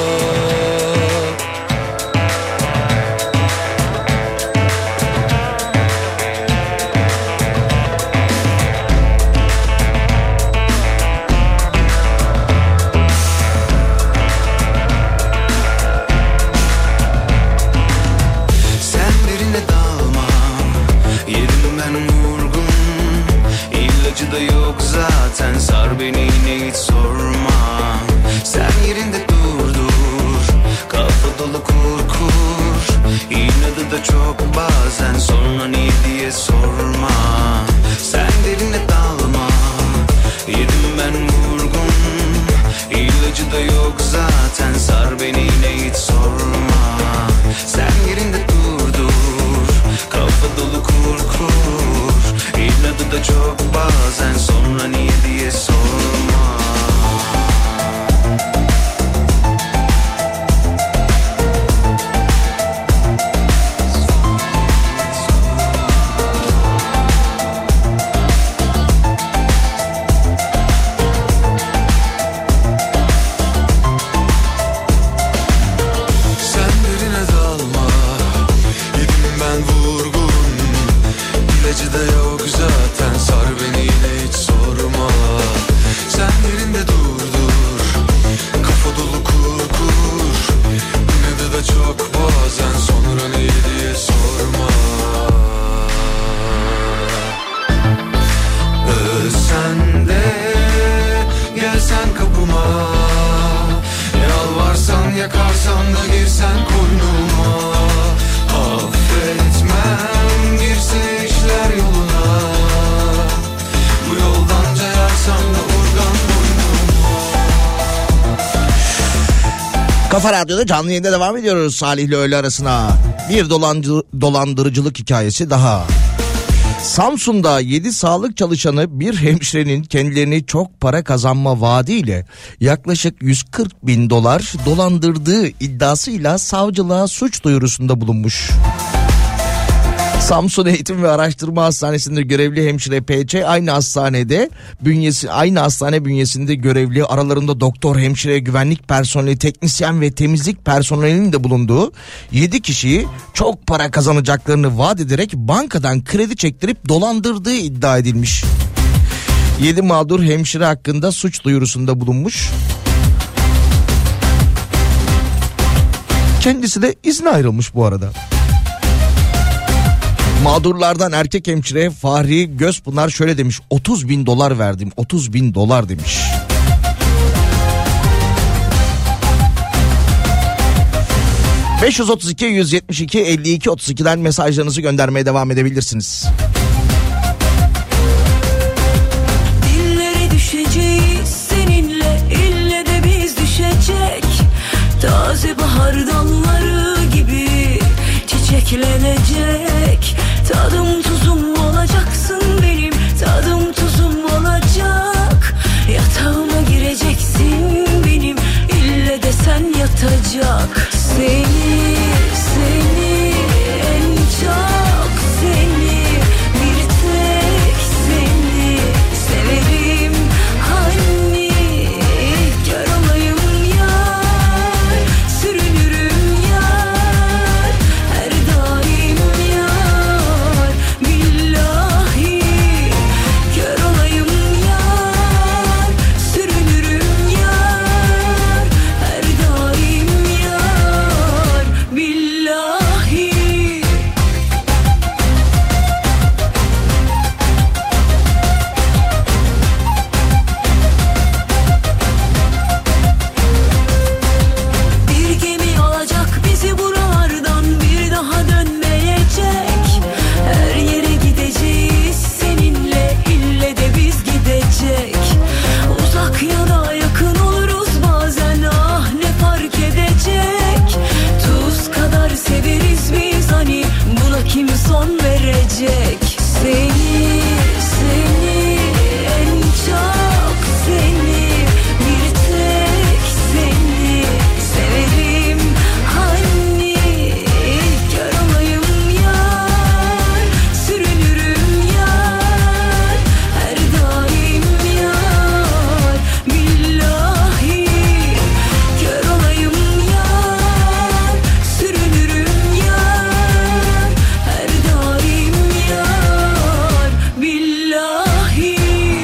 Da yok zaten, sar beni yine hiç sorma. Sen yerinde dur dur, kafa dolu kur kur. İnadı da çok bazen, sonra niye diye sorma. Sen derine dalma, yedim ben vurgun. İlacı da yok zaten, sar beni yine hiç sorma. Sen yerinde dur dur, kafa dolu kur kur. İnadı da çok bazen, sonra niye diye sorma. Kafa Radyo'da canlı yayında devam ediyoruz Salih'le öğle arasına. Bir dolancı, dolandırıcılık hikayesi daha. Samsun'da yedi sağlık çalışanı bir hemşirenin kendilerini çok para kazanma vaadiyle yaklaşık yüz kırk bin dolar dolandırdığı iddiasıyla savcılığa suç duyurusunda bulunmuş. Samsun Eğitim ve Araştırma Hastanesi'nde görevli hemşire P Ç aynı hastanede bünyesi aynı hastane bünyesinde görevli, aralarında doktor, hemşire, güvenlik personeli, teknisyen ve temizlik personelinin de bulunduğu yedi kişiyi çok para kazanacaklarını vaat ederek bankadan kredi çektirip dolandırdığı iddia edilmiş. yedi mağdur hemşire hakkında suç duyurusunda bulunmuş. Kendisi de izne ayrılmış bu arada. Mağdurlardan erkek hemşire Fahri Gözpınar şöyle demiş: otuz bin dolar verdim, otuz bin dolar demiş. beş yüz otuz iki yüz yetmiş iki elli iki otuz iki'den mesajlarınızı göndermeye devam edebilirsiniz. Dillere düşeceğiz seninle, ille de biz düşecek. Taze bahar dalları gibi çiçeklenecek. Tadım tuzum olacaksın benim, tadım tuzum olacak. Yatağıma gireceksin benim, ille de sen yatacak. Seni, seni, en çok seni, bir tek seni severim. Hani kör olayım yar, sürünürüm yar, her daim yar. Billahi kör olayım yar, sürünürüm yar, her daim yar. Billahi. Bir gemi alacak bizi buralardan, bir daha dönmeyecek. Her yere gideceğiz seninle, ille de biz gidecek. Uzak ya da yakın oluruz bazen, ah ne fark edecek. Tuz kadar severiz biz hani, buna kim son verecek? Seni, seni, en çok seni, bir tek seni severim. Hani kör olayım yar, sürünürüm yar, her daim yar. Billahi kör olayım yar, sürünürüm yar, her daim yar. Billahi.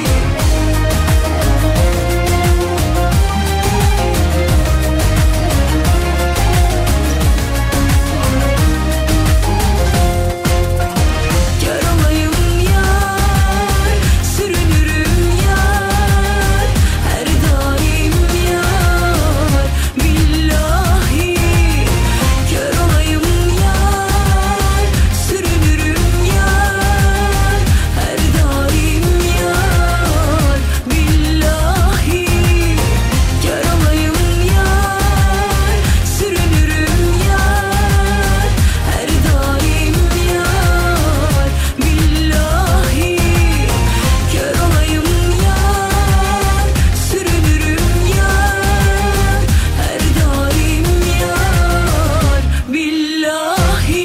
Kör olayım yar, sürünürüm yar, her daim yar. Billahi kör olayım yar, sürünürüm yar, her daim yar. Billahi kör olayım yar, sürünürüm yar, her daim yar. Billahi kör olayım yar, sürünürüm yar, her daim yar. Billahi.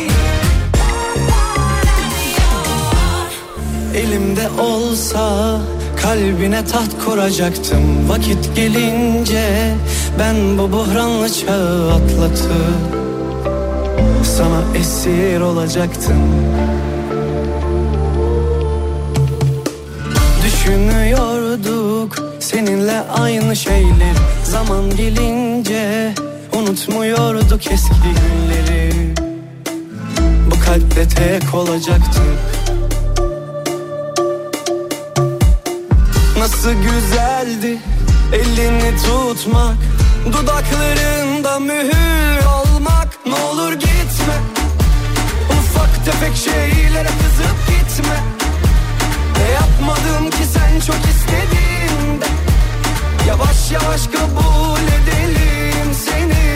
Elimde olsa kalbine taht kuracaktım. Vakit gelince ben bu buhranlı çağı atlatıp sana esir olacaktım. Düşünüyorduk seninle aynı şeyleri, zaman gelince unutmuyorduk eski günleri. Bu kalpte tek olacaktık. Nasıl güzeldi elini tutmak, dudaklarında mühür olmak. Ne olur gitme, ufak tefek şeylere kızıp gitme. Ne yapmadım ki sen çok istediğinde, yavaş yavaş kabul edelim seni.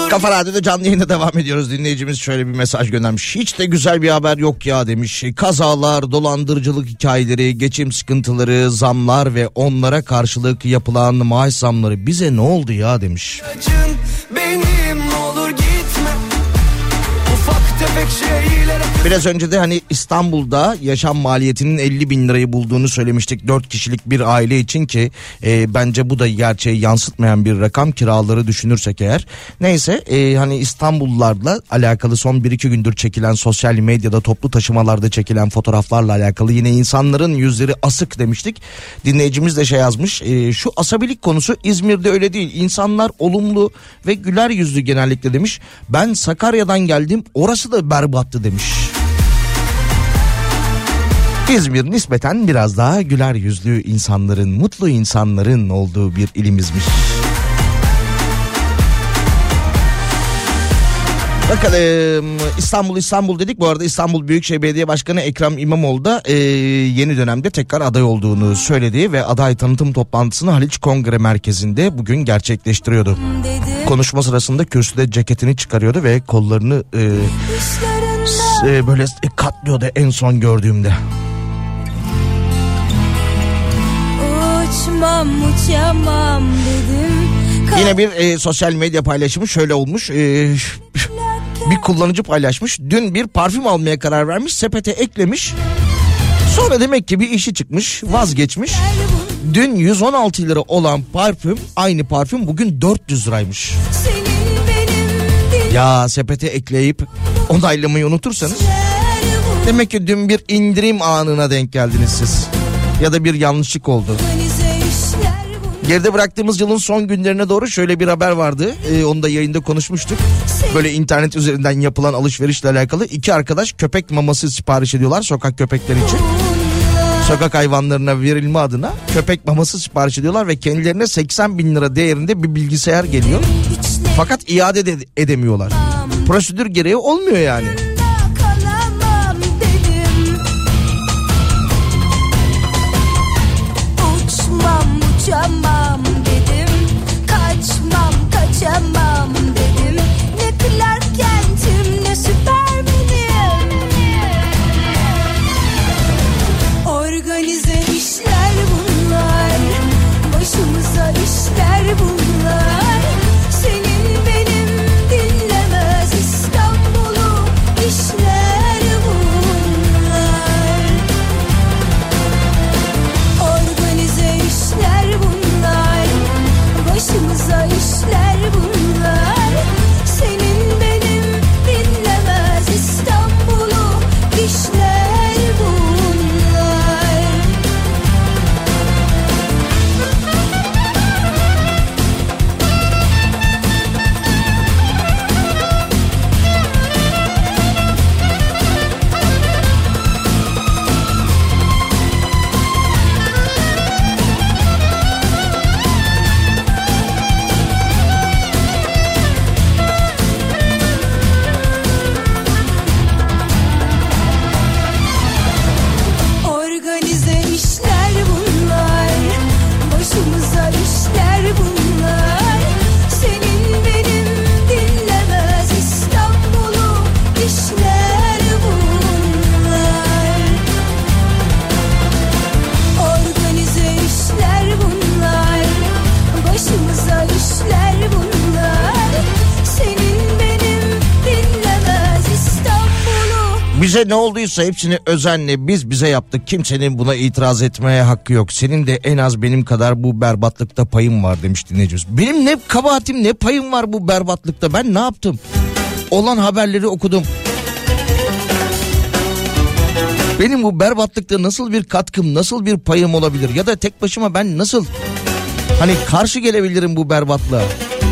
Kafa Radyo'da canlı yayına devam ediyoruz. Dinleyicimiz şöyle bir mesaj göndermiş. Hiç de güzel bir haber yok ya demiş. Kazalar, dolandırıcılık hikayeleri, geçim sıkıntıları, zamlar ve onlara karşılık yapılan maaş zamları bize ne oldu ya demiş. Benim olur gitme. Ufak tefek şeylere. Biraz önce de hani İstanbul'da yaşam maliyetinin elli bin lirayı bulduğunu söylemiştik. dört kişilik bir aile için ki e, bence bu da gerçeği yansıtmayan bir rakam, kiraları düşünürsek eğer. Neyse e, hani İstanbullularla alakalı son bir iki gündür çekilen sosyal medyada toplu taşımalarda çekilen fotoğraflarla alakalı yine insanların yüzleri asık demiştik. Dinleyicimiz de şey yazmış, e, şu asabilik konusu İzmir'de öyle değil. İnsanlar olumlu ve güler yüzlü genellikle demiş. Ben Sakarya'dan geldim, orası da berbattı demiş. İzmir nispeten biraz daha güler yüzlü insanların, mutlu insanların olduğu bir ilimizmiş. Bakalım, İstanbul İstanbul dedik. Bu arada İstanbul Büyükşehir Belediye Başkanı Ekrem İmamoğlu da e, yeni dönemde tekrar aday olduğunu söyledi ve aday tanıtım toplantısını Haliç Kongre Merkezi'nde bugün gerçekleştiriyordu. Konuşma sırasında kürsüde ceketini çıkarıyordu ve kollarını e, e, böyle katlıyordu en son gördüğümde. Uçmam uçamam dedim. Yine bir e, sosyal medya paylaşımı şöyle olmuş. E, bir kullanıcı paylaşmış. Dün bir parfüm almaya karar vermiş, sepete eklemiş. Sonra demek ki bir işi çıkmış, vazgeçmiş. Dün yüz on altı lira olan parfüm, aynı parfüm bugün dört yüz liraymış. Ya sepete ekleyip onaylamayı unutursanız demek ki dün bir indirim anına denk geldiniz siz. Ya da bir yanlışlık oldu. Geride bıraktığımız yılın son günlerine doğru şöyle bir haber vardı. Ee, onu da yayında konuşmuştuk. Böyle internet üzerinden yapılan alışverişle alakalı iki arkadaş köpek maması sipariş ediyorlar sokak köpekleri için. Sokak hayvanlarına verilme adına köpek maması sipariş ediyorlar ve kendilerine seksen bin lira değerinde bir bilgisayar geliyor. Fakat iade de edemiyorlar. Prosedür gereği olmuyor yani. Uçamam dedim, kaçmam kaçamam dedim. Ne Clark Kent'im ne Süpermen'im. Organize işler bunlar, başımıza işler bunlar. Senin benim dinlemez İstanbul'u işler bunlar. Organize işler bunlar, başımıza işler bunlar. Senin benim dinlemez İstanbul'u işler bunlar. Organize işler bunlar, başımıza işler bunlar. Senin benim dinlemez İstanbul'u işler bunlar. Organize işler bunlar, başımıza işler bunlar. Senin benim dinlemez İstanbul'u. Bize ne olduysa hepsini özenle biz bize yaptık. Kimsenin buna itiraz etmeye hakkı yok. Senin de en az benim kadar bu berbatlıkta payım var demiş dinleyicimiz. Benim ne kabahatim ne payım var bu berbatlıkta, ben ne yaptım? Olan haberleri okudum. Benim bu berbatlıkta nasıl bir katkım, nasıl bir payım olabilir? Ya da tek başıma ben nasıl hani karşı gelebilirim bu berbatlığa?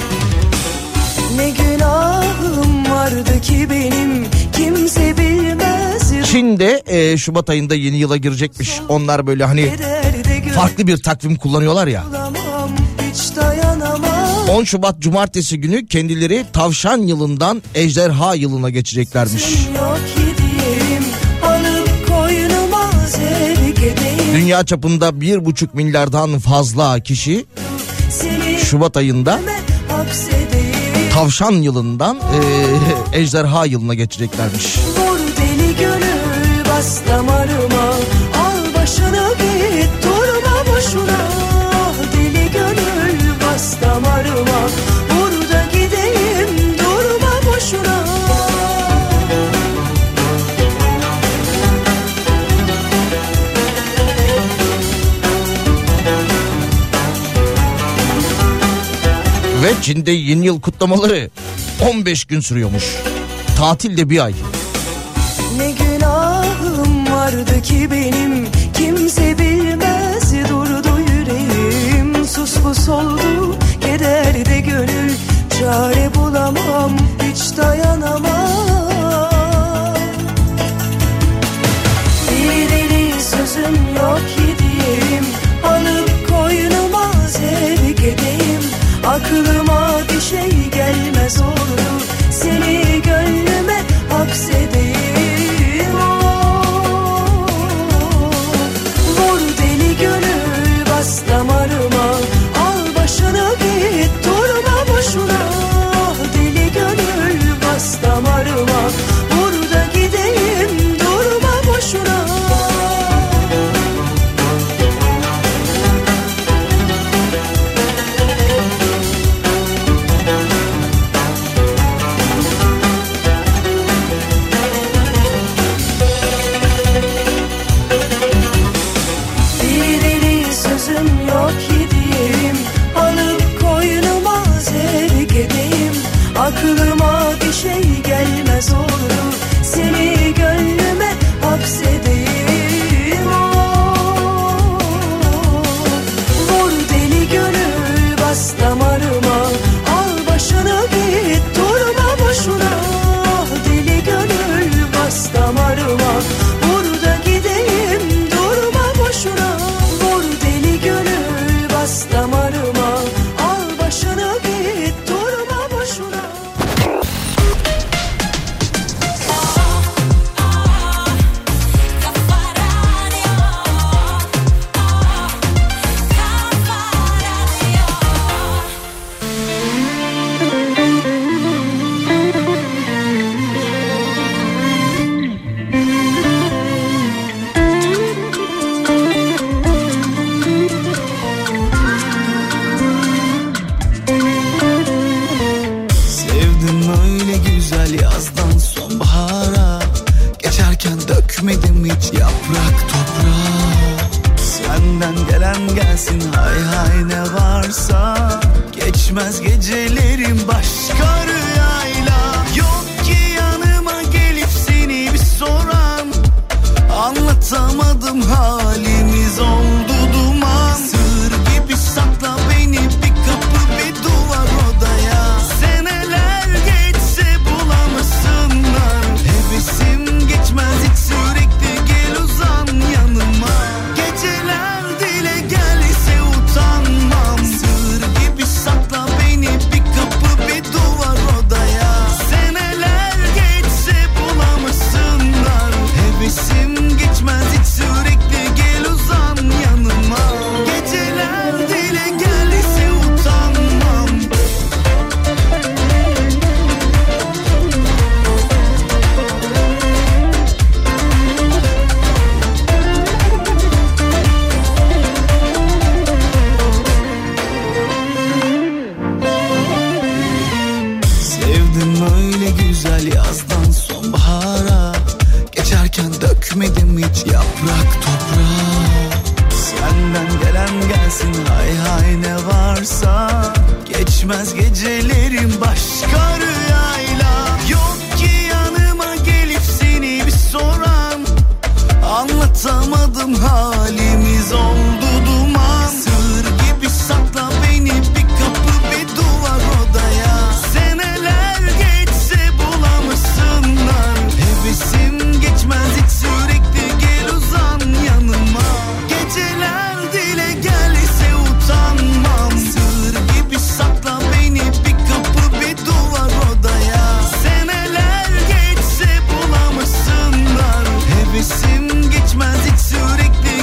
Ne günahım vardı ki benim, kimse bilmez. Çin'de e, Şubat ayında yeni yıla girecekmiş. Onlar böyle hani farklı bir takvim kullanıyorlar ya. Hiç dayanamam. on Şubat Cumartesi günü kendileri tavşan yılından ejderha yılına geçeceklermiş. Yok gideyim, alıp koynuma zevk edeyim. Dünya çapında bir buçuk milyardan fazla kişi Seni Şubat ayında hapsedeyim. tavşan yılından e, ejderha yılına geçeceklermiş. Vur deli gönül bas damarıma, al başını git durma boşuna. Deli gönül bas damarıma, burada gideyim durma boşuna. Ve Çin'de yeni yıl kutlamaları on beş gün sürüyormuş. Tatil de bir ay. Ne günahım vardı ki benim, kimse bilmez durdu yüreğim. Sus pus oldu kederde gönül, çare bulamam hiç dayanamam. Bir deli sözüm yok ki diyeyim, alıp koynuma zevk edeyim. Aklıma bir şey gelmez oldu, seni gönlüme hapsedeyim. Oh, vur deli gönül bas damarıma, al başını git durma boşuna. Deli gönül bas damarıma, burada gideyim durma boşuna. Aklıma bir şey gelmez oldu, seni gönlüme hapsedeyim. Oh, vur deli gönül bas damarıma, al başını git durma boşuna. Deli gönül bas damarıma, burada gideyim durma boşuna. Vur deli gönül bas damarıma, al başını git durma boşuna. Dökmedim hiç yaprak toprağa. Senden gelen gelsin hay hay ne varsa. Geçmez gecelerim başka rüyayla. Yok ki yanıma gelip seni bir soran. Anlatamadım halimiz oldu duman. Sır gibi sakla beni bir kapı bir duvar odaya. Seneler geçse bulamasınlar. Hevesim geçmez hiç, sürekli gel uzan yanıma. Geceler dile gelse utanmam. Sır gibi sakla beni bir kapı bir duvar odaya. Seneler geçse bulamasınlar. Hevesim geçmez hiç, sürekli gel uzan yanıma. Geceler dile gelse utanmam. Sevdim öyle güzel yazdan sonbahara. Geçerken dökmedim hiç yaprak toprağa. Senden gelen gelsin hay hay ne varsa. Geçmez gecelerim başka rüyayla. Yok ki yanıma gelip seni bir soran. Anlatamadım halimiz oldu duman. Sır gibi sakla beni bir kapı bir duvar odaya. Seneler geçse bulamasınlar. Hevesim geçmez hiç, sürekli gel uzan yanıma. Geceler dile gelse utanmam. Sır gibi sakla beni bir kapı bir duvar odaya. Seneler geçse bulamasınlar. Hevesim geçmez hiç, sürekli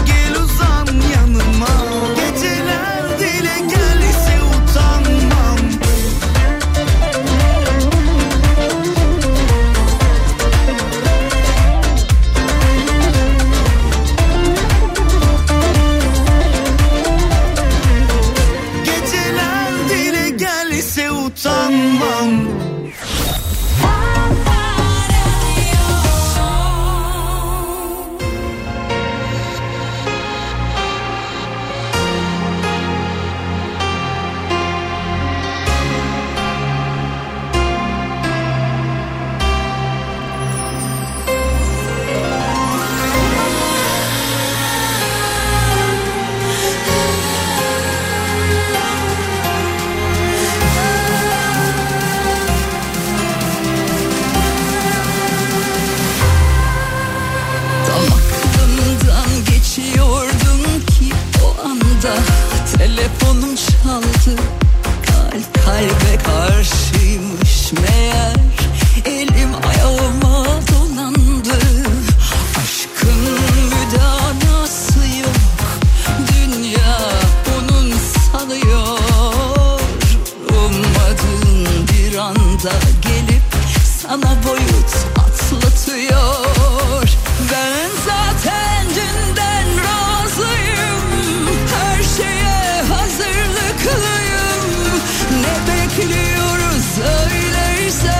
kaldı. Kalp kalbe karşıymış meğer. Elim ayağıma dolandı. Aşkın müdanası yok. Dünya onun sanıyor. Ummadığın bir anda gelip sana boyut atlatıyor. Ben zaten dünden razıyım. Her şeye hazırlıklıyım. Ne bekliyoruz öyleyse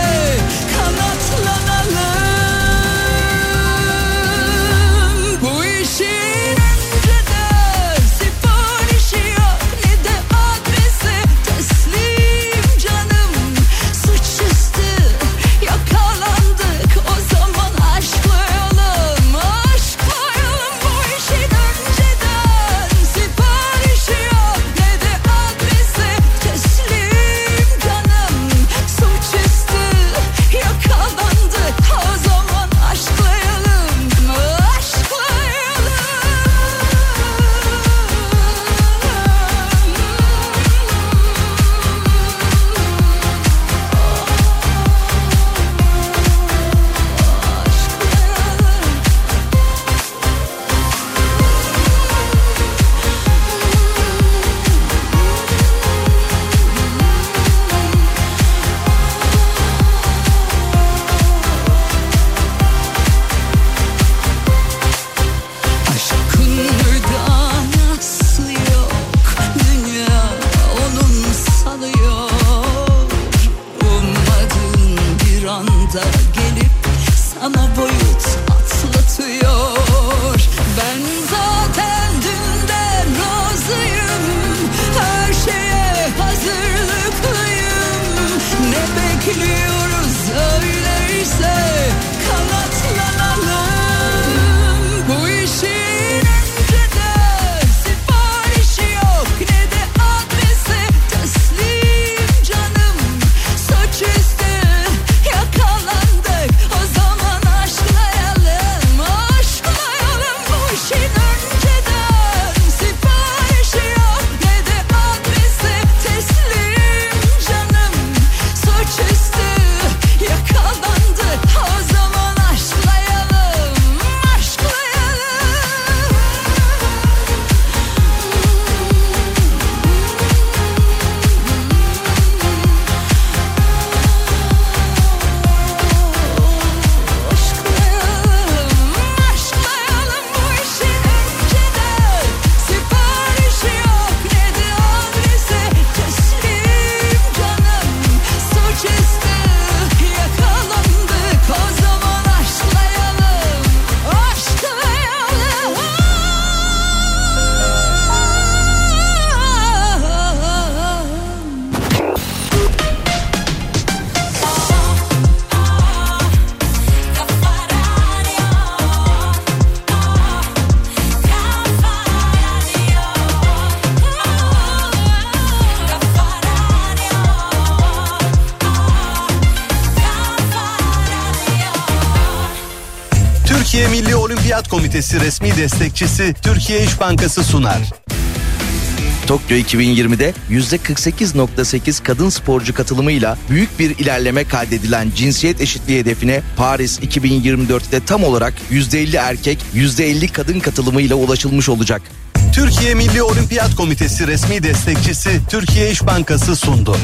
kanatlanalım. Bu işin önceden siparişi yok. Ne de adresi teslim canım. Suçüstü yakalandık. O zaman aşklayalım, aşklayalım. Bu işin önceden siparişi yok. Ne de adresi teslim canım. Suçüstü yakalandık. O zaman aşklayalım, aşkın müdanası yok. Dünya onun sanıyor. Ummadığın bir anda gelip sana boyut atlatıyor. Ben zaten dünden razıyım. Her şeye hazırlıklıyım. Ne bekliyoruz öyleyse kanatlanalım. Bu işin önceden siparişi yok. Ne de adresi teslim canım. Suçüstü yakalandık. O zaman aşklayalım, aşklayalım. Bu işin önceden siparişi yok. Ne de adresi teslim canım. Suçüstü yakalandık. O zaman aşklayalım, aşklayalım. Bu işin önceden siparişi yok. Ne de adresi teslim canım. Suçüstü yakalandık. O zaman aşklayalım, aşklayalım. Türkiye Milli Olimpiyat Komitesi resmi destekçisi Türkiye İş Bankası sunar. Tokyo iki bin yirmide yüzde kırk sekiz nokta sekiz kadın sporcu katılımıyla büyük bir ilerleme kaydedilen cinsiyet eşitliği hedefine Paris iki bin yirmi dörtte tam olarak yüzde elli erkek, yüzde elli kadın katılımıyla ulaşılmış olacak. Türkiye Milli Olimpiyat Komitesi resmi destekçisi Türkiye İş Bankası sundu.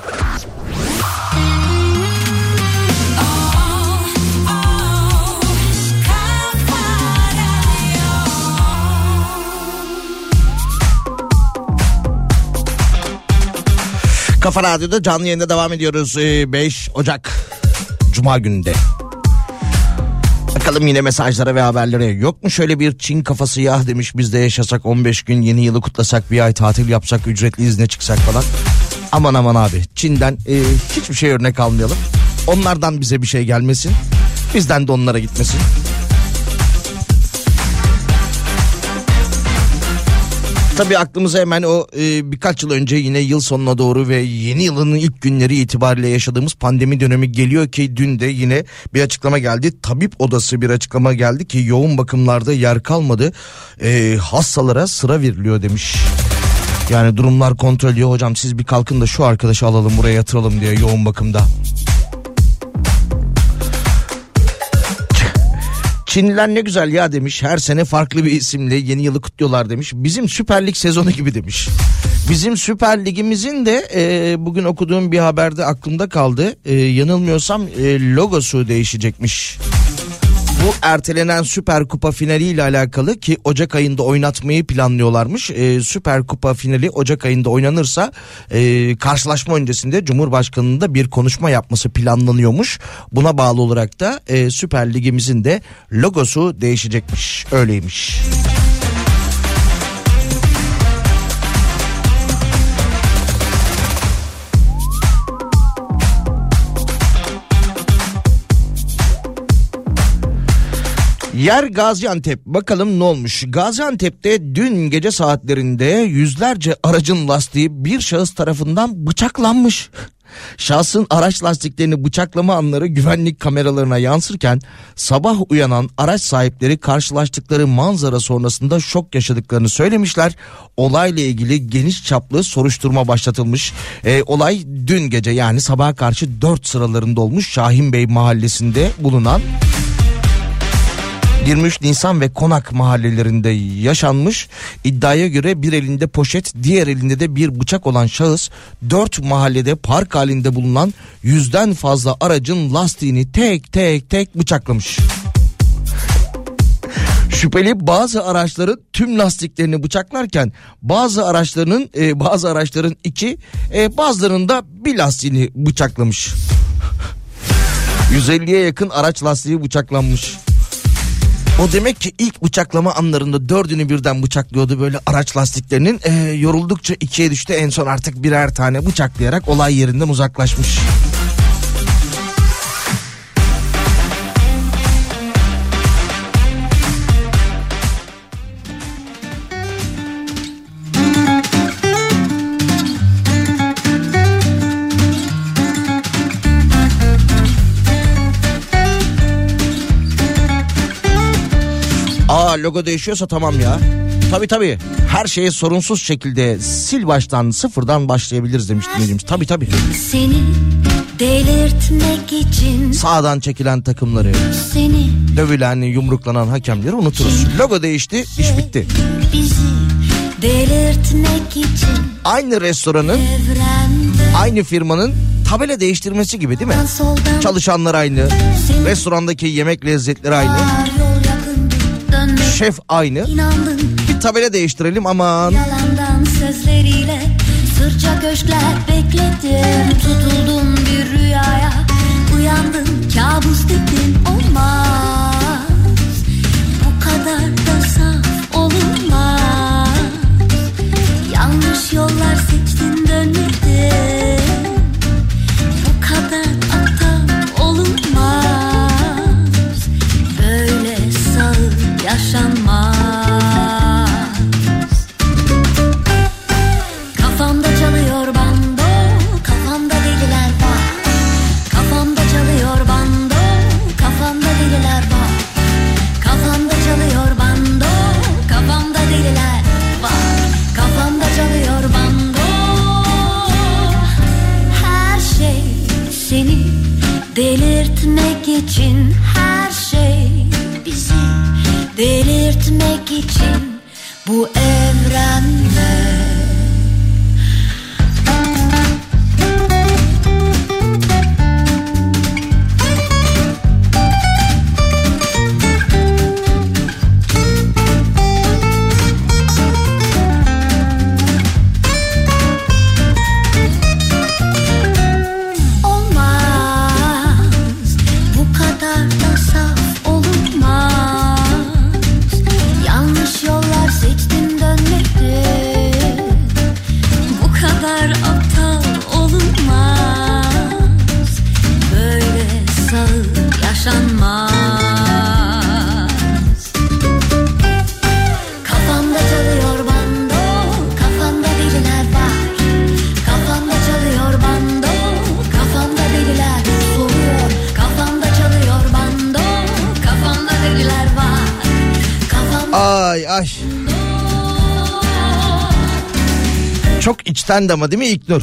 Kafa Radyo'da canlı yayında devam ediyoruz. beş Ocak Cuma gününde. Bakalım yine mesajlara ve haberlere. Yok mu şöyle bir Çin kafası ya demiş, biz de yaşasak on beş gün yeni yılı kutlasak, bir ay tatil yapsak, ücretli izne çıksak falan. Aman aman abi, Çin'den e, hiçbir şey örnek almayalım. Onlardan bize bir şey gelmesin, bizden de onlara gitmesin. Tabii aklımıza hemen o e, birkaç yıl önce yine yıl sonuna doğru ve yeni yılın ilk günleri itibariyle yaşadığımız pandemi dönemi geliyor ki dün de yine bir açıklama geldi. Tabip odası bir açıklama geldi ki yoğun bakımlarda yer kalmadı. E, hastalara sıra veriliyor demiş. Yani durumlar kontrol ediyor. Hocam siz bir kalkın da şu arkadaşı alalım buraya yatıralım diye yoğun bakımda. Çinliler ne güzel ya demiş. Her sene farklı bir isimle yeni yılı kutluyorlar demiş. Bizim Süper Lig sezonu gibi demiş. Bizim Süper Ligimizin de e, bugün okuduğum bir haberde aklımda kaldı. E, yanılmıyorsam e, logosu değişecekmiş. Bu ertelenen Süper Kupa finaliyle alakalı ki Ocak ayında oynatmayı planlıyorlarmış. Ee, Süper Kupa finali Ocak ayında oynanırsa e, karşılaşma öncesinde Cumhurbaşkanı'nın da bir konuşma yapması planlanıyormuş. Buna bağlı olarak da e, Süper Ligimizin de logosu değişecekmiş. Öyleymiş. Yer Gaziantep, bakalım ne olmuş? Gaziantep'te dün gece saatlerinde yüzlerce aracın lastiği bir şahıs tarafından bıçaklanmış. Şahsın araç lastiklerini bıçaklama anları güvenlik kameralarına yansırken sabah uyanan araç sahipleri karşılaştıkları manzara sonrasında şok yaşadıklarını söylemişler. Olayla ilgili geniş çaplı soruşturma başlatılmış. E, olay dün gece yani sabaha karşı dört sıralarında olmuş. Şahinbey mahallesinde bulunan yirmi üç Nisan ve Konak mahallelerinde yaşanmış. İddiaya göre bir elinde poşet, diğer elinde de bir bıçak olan şahıs dört mahallede park halinde bulunan yüzden fazla aracın lastiğini tek tek tek bıçaklamış. Şüpheli bazı araçların tüm lastiklerini bıçaklarken bazı araçların e, bazı araçların iki, e, bazılarının da bir lastiğini bıçaklamış. yüz elliye yakın araç lastiği bıçaklanmış. O demek ki ilk bıçaklama anlarında dördünü birden bıçaklıyordu böyle araç lastiklerinin. E, yoruldukça ikiye düştü, en son artık birer tane bıçaklayarak olay yerinden uzaklaşmış. Aa, logo değişiyorsa tamam ya. Tabii tabii. Her şeye sorunsuz şekilde sil baştan, sıfırdan başlayabiliriz demiş dinleyicimiz. Tabii tabii. Seni delirtmek için sağdan çekilen takımları, seni dövülen, yumruklanan hakemleri unuturuz. Logo değişti, iş bitti. Bizi delirtmek için aynı restoranın, evrende, aynı firmanın tabela değiştirmesi gibi değil mi? soldan, Çalışanlar aynı, seni, restorandaki yemek lezzetleri aynı, yol yakındı, dönmek, şef aynı. inandın, Bir tabela değiştirelim aman. yalandan sözleriyle sırça köşkler bekledim. Tutuldum bir rüyaya, uyandım, kabus dedim. Olmaz, bu kadar da saf olunmaz. Yanlış yollar seçtin, dönmedin. Bu kadar aptal olunmaz. Böyle sağır yaşanmaz. Kafamda çalıyor bando, kafamda deliler var. Kafamda çalıyor bando, kafamda deliler var. Kafamda çalıyor bando, kafamda deliler var. Kafamda çalıyor bando. Her şey seni delirtmek için, her şey bizi delirtmek için bu evrende. Çok içten de ama değil mi İlknur?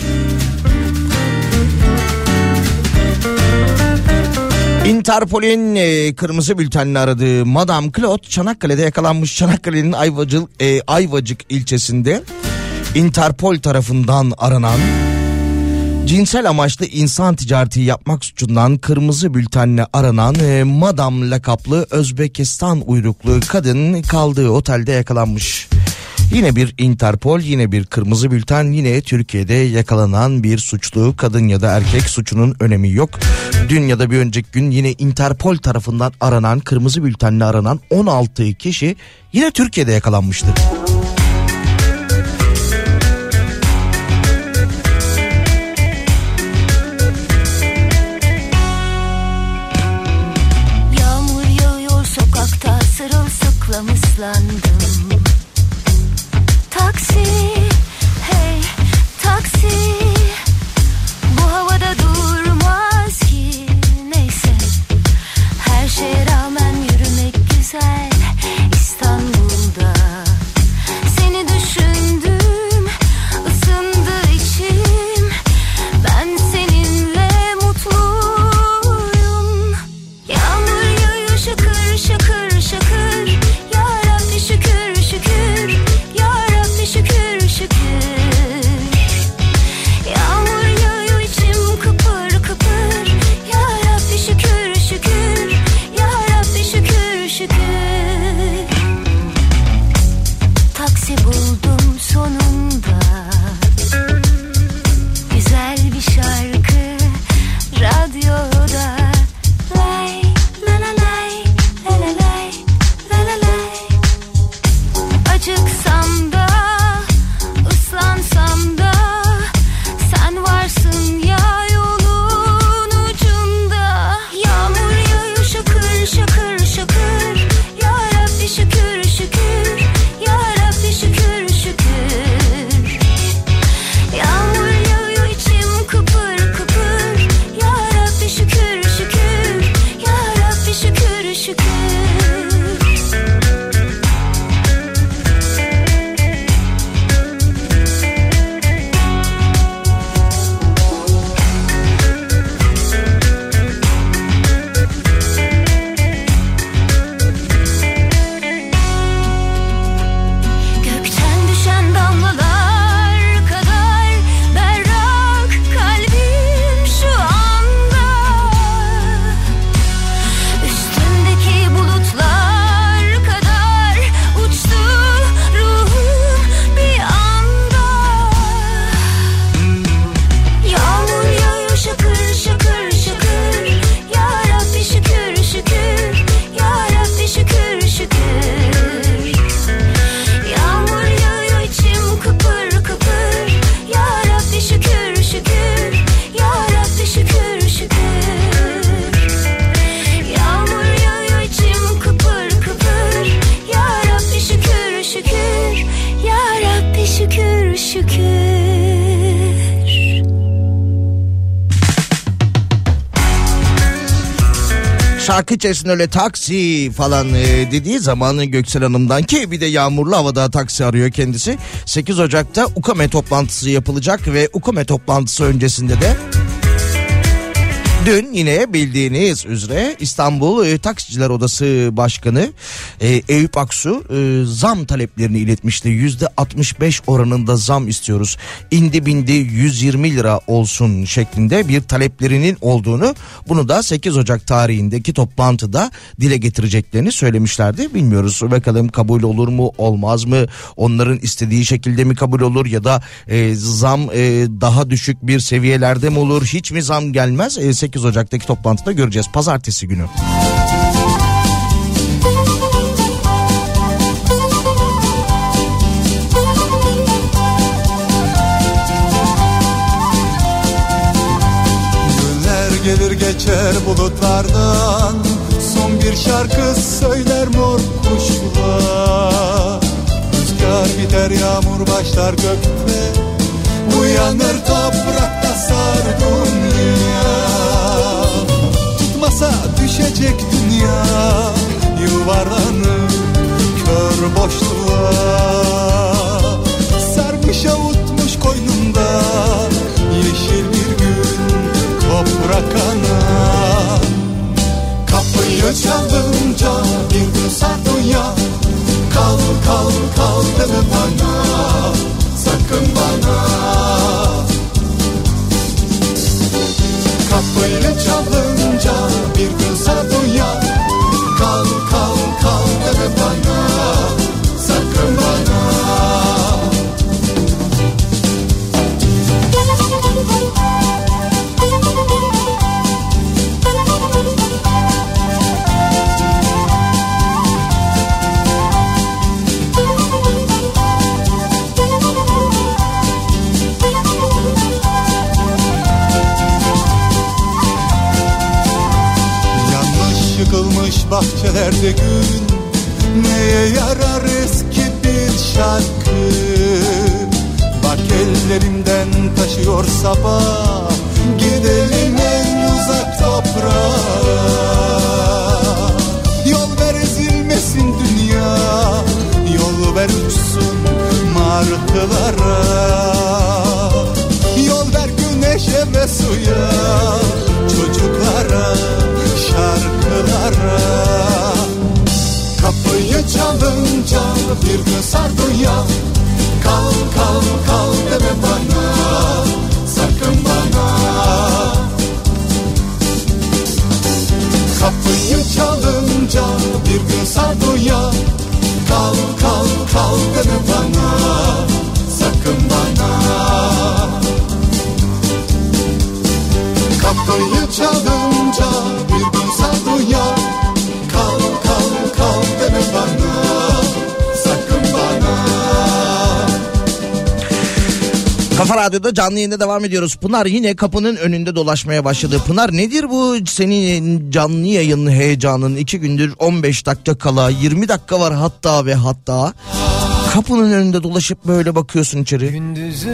Interpol'ün e, kırmızı bültenle aradığı Madame Claude Çanakkale'de yakalanmış. Çanakkale'nin Ayvacık, e, Ayvacık ilçesinde Interpol tarafından aranan, cinsel amaçlı insan ticareti yapmak suçundan kırmızı bültenle aranan e, Madame lakaplı Özbekistan uyruklu kadın kaldığı otelde yakalanmış. Yine bir Interpol, yine bir kırmızı bülten, yine Türkiye'de yakalanan bir suçlu, kadın ya da erkek, suçunun önemi yok. Dün ya da bir önceki gün yine Interpol tarafından aranan, kırmızı bültenle aranan on altı kişi yine Türkiye'de yakalanmıştı. Yağmur yağıyor sokakta, sırılsıklam ıslandım. Taksi, hey taksi, bu havada durmaz ki. Neyse, her şeye rağmen yürümek güzel İstanbul'da. Seni düşündüm, ısındı içim, ben seninle mutluyum. Yağmur yağıyor şakır şakır şakır, ya Rabbi şükür şükür, şükür şükür. Yağmur yağıyor içim kıpır kıpır, ya Rabbi şükür şükür, ya Rabbi şükür şükür. Taksi buldum sonunda, güzel bir şarkı radyoda. Lay la la lay, la la lay, la la lay. Acıksam da, ıslansam da, sen varsın ya yolun ucunda. Yağmur yağıyor şakır şakır şakır, ya Rabbi şükür şükür, ya Rabbi şükür şükür. Yağmur yağıyor içim kıpır kıpır, ya Rabbi şükür şükür, ya Rabbi şükür şükür. Şarkı içerisinde öyle taksi falan e, dediği zaman Göksel Hanım'dan, ki bir de yağmurlu havada taksi arıyor kendisi. sekiz Ocak'ta UKME toplantısı yapılacak ve UKME toplantısı öncesinde de dün yine bildiğiniz üzere İstanbul e, Taksiciler Odası Başkanı e, Eyüp Aksu e, zam taleplerini iletmişti. yüzde altmış beş oranında zam istiyoruz, indi bindi yüz yirmi lira olsun şeklinde bir taleplerinin olduğunu, bunu da sekiz Ocak tarihindeki toplantıda dile getireceklerini söylemişlerdi. Bilmiyoruz bakalım kabul olur mu olmaz mı, onların istediği şekilde mi kabul olur ya da e, zam e, daha düşük bir seviyelerde mi olur, hiç mi zam gelmez, e, sekiz Ocak'taki toplantıda göreceğiz pazartesi günü. Günler gelir geçer bulutlardan, son bir şarkı söyler mor kuşlar. Rüzgar gider, yağmur başlar gökte, uyanır toprakta sar dünya. Tutmasa düşecek dünya, yuvarlanır kör boşluğa. Sarmış avutmuş koy bırakana. Kapıyı çalınca bir gün sardunya, kal kal kal deme bana, sakın bana. Kapıyı çalınca bir gün sardunya, kal kal kal deme bana, sakın bana. Yıkılmış bahçelerde gün, neye yarar eski bir şarkı? Bak ellerimden taşıyor sabah, gidelim en uzak toprağa. Yol ver ezilmesin dünya, yol ver uçsun martılara. Yol ver güneşe ve suya, çocuklara, şarkılara. Kapıyı çalınca bir gün sardunya, kal kal kal deme bana, sakın bana. Kapıyı çalınca bir gün sardunya, kal kal kal deme bana, sakın bana. Kapıyı çalınca bir gün sardunya, kal kal kal deme bana, sakın bana. Kafa Radyo'da canlı yayında devam ediyoruz. Pınar yine kapının önünde dolaşmaya başladı. Pınar, nedir bu senin canlı yayın heyecanın? İki gündür on beş dakika kala, yirmi dakika var hatta ve hatta. Kapının önünde dolaşıp böyle bakıyorsun içeri.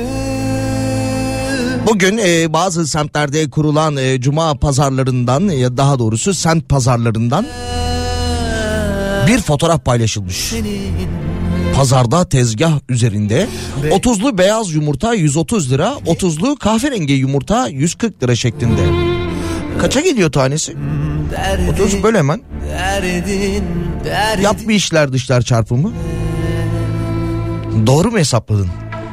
Bugün e, bazı semtlerde kurulan e, cuma pazarlarından, ya daha doğrusu semt pazarlarından bir fotoğraf paylaşılmış. Pazarda tezgah üzerinde otuzlu beyaz yumurta yüz otuz lira, otuzlu kahverengi yumurta yüz kırk lira şeklinde. Kaça geliyor tanesi? otuz böl hemen. Yap bir işler dışlar çarpımı. Doğru mu hesapladın?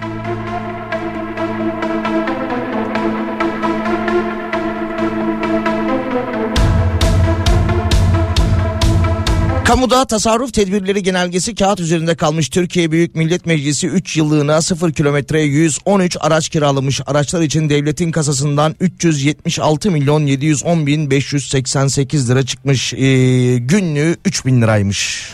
Kamuda tasarruf tedbirleri genelgesi kağıt üzerinde kalmış. Türkiye Büyük Millet Meclisi üç yıllığına sıfır kilometreye yüz on üç araç kiralamış. Araçlar için devletin kasasından üç yüz yetmiş altı milyon yedi yüz on bin beş yüz seksen sekiz lira çıkmış. Ee, günlüğü üç bin liraymış.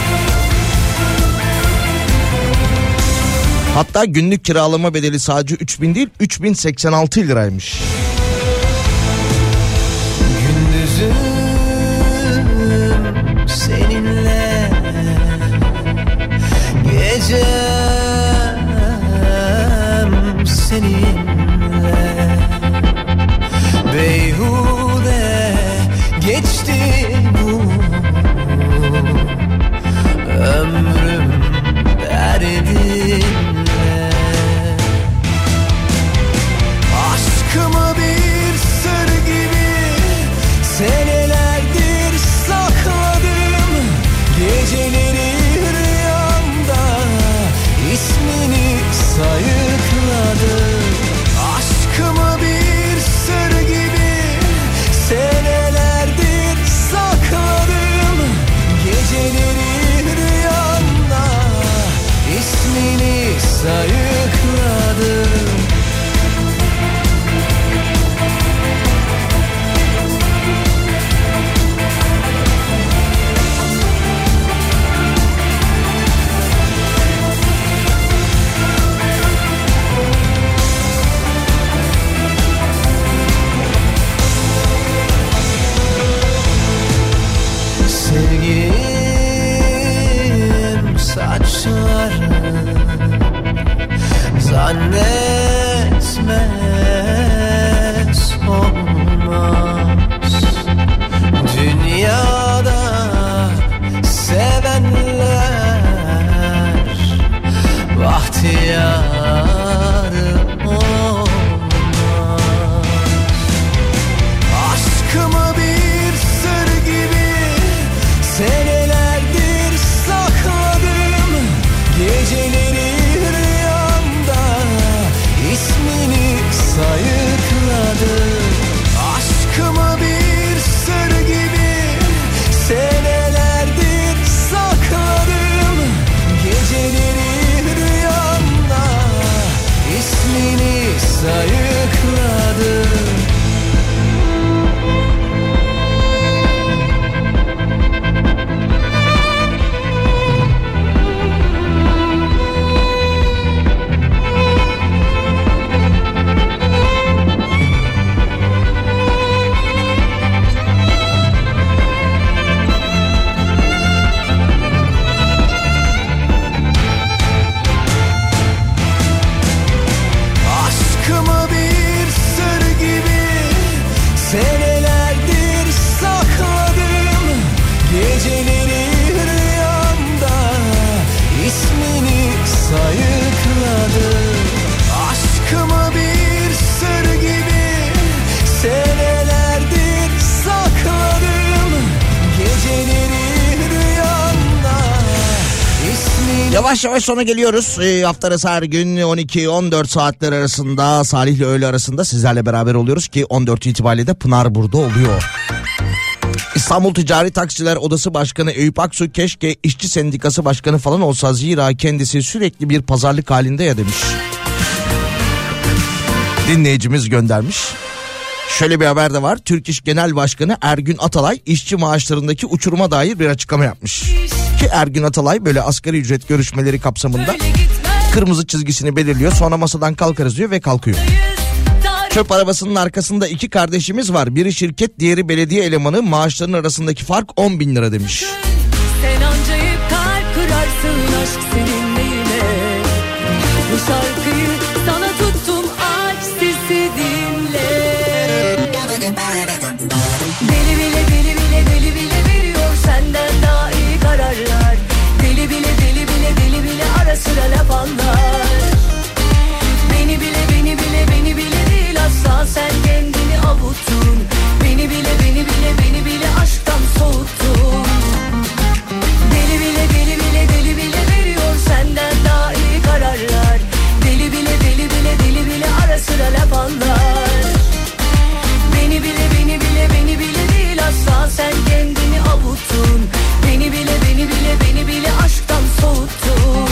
Hatta günlük kiralama bedeli sadece üç bin değil, üç bin seksen altı liraymış. Gündüzüm seninle, gecem seninle, beyhude geçti bu ömrüm derdinle. Aşkımı bir sır gibi senelerdir sakladım. Geceleri rüyamda ismini sayıkladım. Aşkımı bir sır gibi senelerdir sakladım. Geceleri rüyamda ismini sayıkladım. Sevgilim saçların zannetme olmaz. Dünyada sevenler bahtiyar olmaz. Yavaş yavaş sona geliyoruz. E, hafta arası her gün on iki on dört saatler arasında Salih ile öğle arasında sizlerle beraber oluyoruz ki on dört itibariyle de Pınar burada oluyor. İstanbul Ticari Taksiciler Odası Başkanı Eyüp Aksu keşke işçi sendikası başkanı falan olsa, zira kendisi sürekli bir pazarlık halinde ya demiş. Dinleyicimiz göndermiş. Şöyle bir haber de var. Türk İş Genel Başkanı Ergün Atalay işçi maaşlarındaki uçuruma dair bir açıklama yapmış. Ki Ergün Atalay böyle asgari ücret görüşmeleri kapsamında kırmızı çizgisini belirliyor. Sonra masadan kalkarız diyor ve kalkıyor. Çöp arabasının arkasında iki kardeşimiz var. Biri şirket, diğeri belediye elemanı. Maaşlarının arasındaki fark on bin lira demiş. Sen ancayıp kalp kırarsın, aşk senin neyine? Bu şarkıyı sana tuttum, aç sesi dinle. Deli bile deli bile deli bile veriyor senden daha iyi kararlar. Deli bile deli bile deli bile ara sıra laf anlar. Beni bile beni bile beni bile değil asla, sen kendini avuttun. Beni bile beni bile beni bile aşktan soğuttun. Deli bile deli bile deli bile veriyor senden daha iyi kararlar. Deli bile deli bile deli bile ara sıra laf anlar. Beni bile beni bile beni bile değil asla, sen kendini avuttun. Beni bile beni bile beni bile aşktan soğuttun.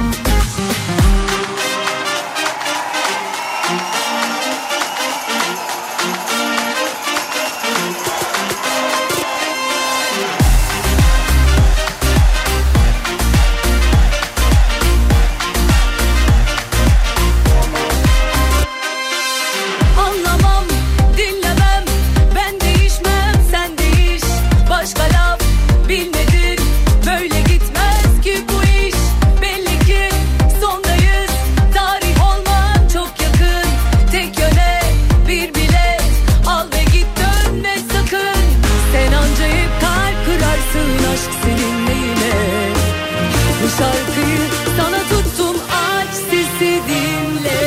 Anlamam, dinlemem, ben değişmem, sen değiş. Başka laf bilmedin, böyle gitmez ki bu iş. Belli ki sondayız, tarih olman çok yakın. Tek yöne bir bilet, al ve git, dönme sakın. Sen ancayıp kalp kırarsın, aşk senin neyine? Bu şarkıyı sana tuttum, aç sesi dinle.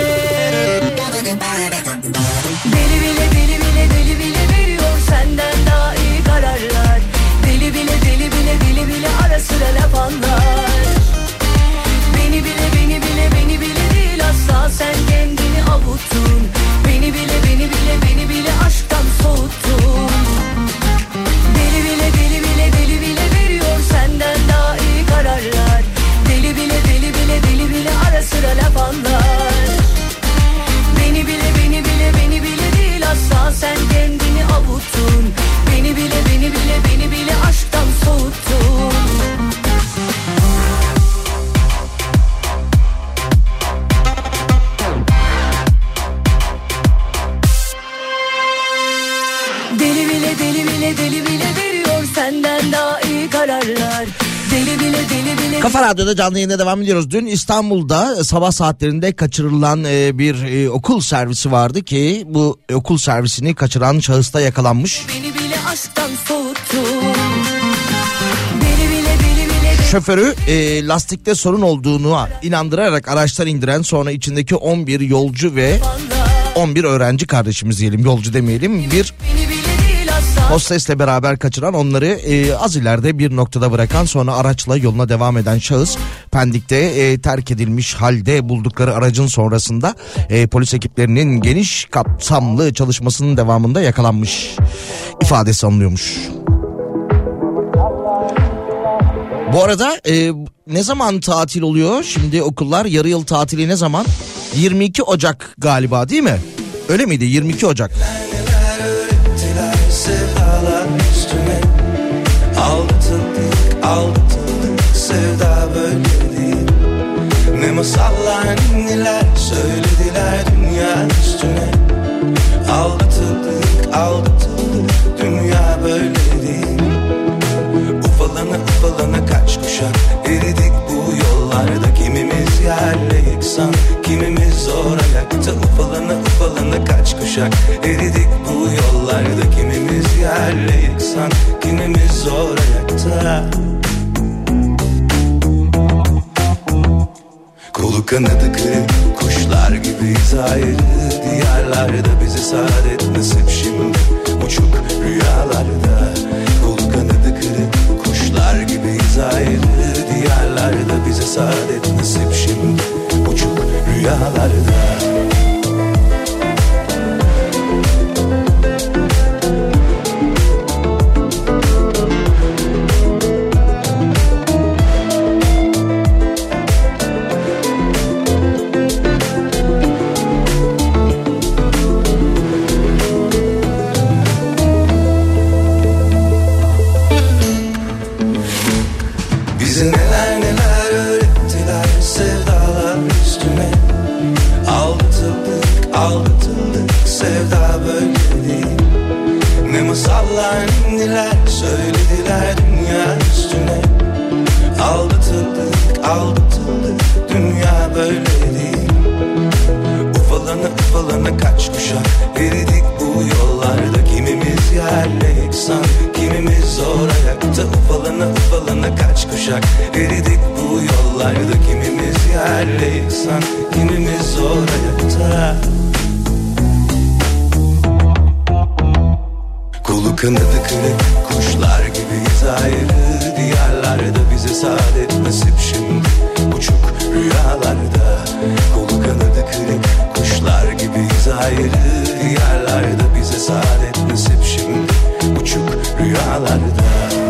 Deli bile deli bile deli bile veriyor senden daha iyi kararlar. Deli bile deli bile deli bile ara sıra laf anlar. Beni bile beni bile beni bile değil asla, sen kendini avuttun. Beni bile beni bile beni bile aşktan soğuttun. Deli bile deli bile deli bile veriyor senden daha iyi kararlar. Deli bile deli bile deli bile ara sıra laf anlar. Beni bile beni bile beni bile değil asla, sen kendini avuttun. Beni bile beni bile beni bile aşktan soğuttun. Deli bile deli bile deli bile veriyor senden daha iyi kararlar. Deli bile deli bile. Kafa Radyo'da canlı yayına devam ediyoruz. Dün İstanbul'da sabah saatlerinde kaçırılan bir e, okul servisi vardı ki bu okul servisini kaçıran şahıs da yakalanmış. Beni bile aşktan soğuttun. Deli bile deli bile. Şoförü e, lastikte sorun olduğunu inandırarak araçtan indiren, sonra içindeki on bir yolcu ve on bir öğrenci kardeşimiz diyelim, yolcu demeyelim, bir hostesle beraber kaçıran, onları e, az ileride bir noktada bırakan, sonra araçla yoluna devam eden şahıs Pendik'te e, terk edilmiş halde buldukları aracın sonrasında e, polis ekiplerinin geniş kapsamlı çalışmasının devamında yakalanmış ifadesi alınıyormuş. Bu arada e, ne zaman tatil oluyor? Şimdi okullar yarı yıl tatili ne zaman? yirmi iki Ocak galiba, değil mi? Öyle miydi? yirmi iki Ocak. Sevdalar üstüne aldatıldık, aldatıldık, sevda böyle değil. Ne masallar, neler söylediler dünya üstüne. Aldatıldık, aldatıldık, dünya böyle değil. Ufalana ufalana kaç kuşak eridik bu yollarda. Kimimiz yerle yeksan, kimimiz zor ayakta. Ufalana ufalana kaç kuşak eridik bu yollarda. Kimimiz yerle yeksan, kimimiz zor ayakta. Kolu kanadı kırık kuşlar gibiyiz ayrı. Diyarlarda bize saadet nasip şimdi, uçuk rüyalarda. Kolu kanadı kırık kuşlar gibiyiz ayrı. Diyarlarda bize saadet Bize neler neler öğrettiler sevdalar üstüne. Aldatıldık, aldatıldık, sevda böyle değil. Ne masallar indiler, söylediler dünya üstüne. Aldatıldık, aldatıldık, dünya böyle değil. Ufalana ufalana kaç kuşak eridik bu yollarda. Kimimiz yerle yeksan, kimimiz zor ayakta. Ufalana ufalana kaç kuşak eridik bu yollarda. Kimimiz yerle yeksan, kimimiz zor ayakta. Kolu kanadı kırık kuşlar gibiyiz ayrı diyarlarda. Bize saadet nasip şimdi uçuk rüyalarda. Kolu kanadı kırık kuşlar gibiyiz ayrı diyarlarda. Bize saadet nasip şimdi uçuk rüyalarda.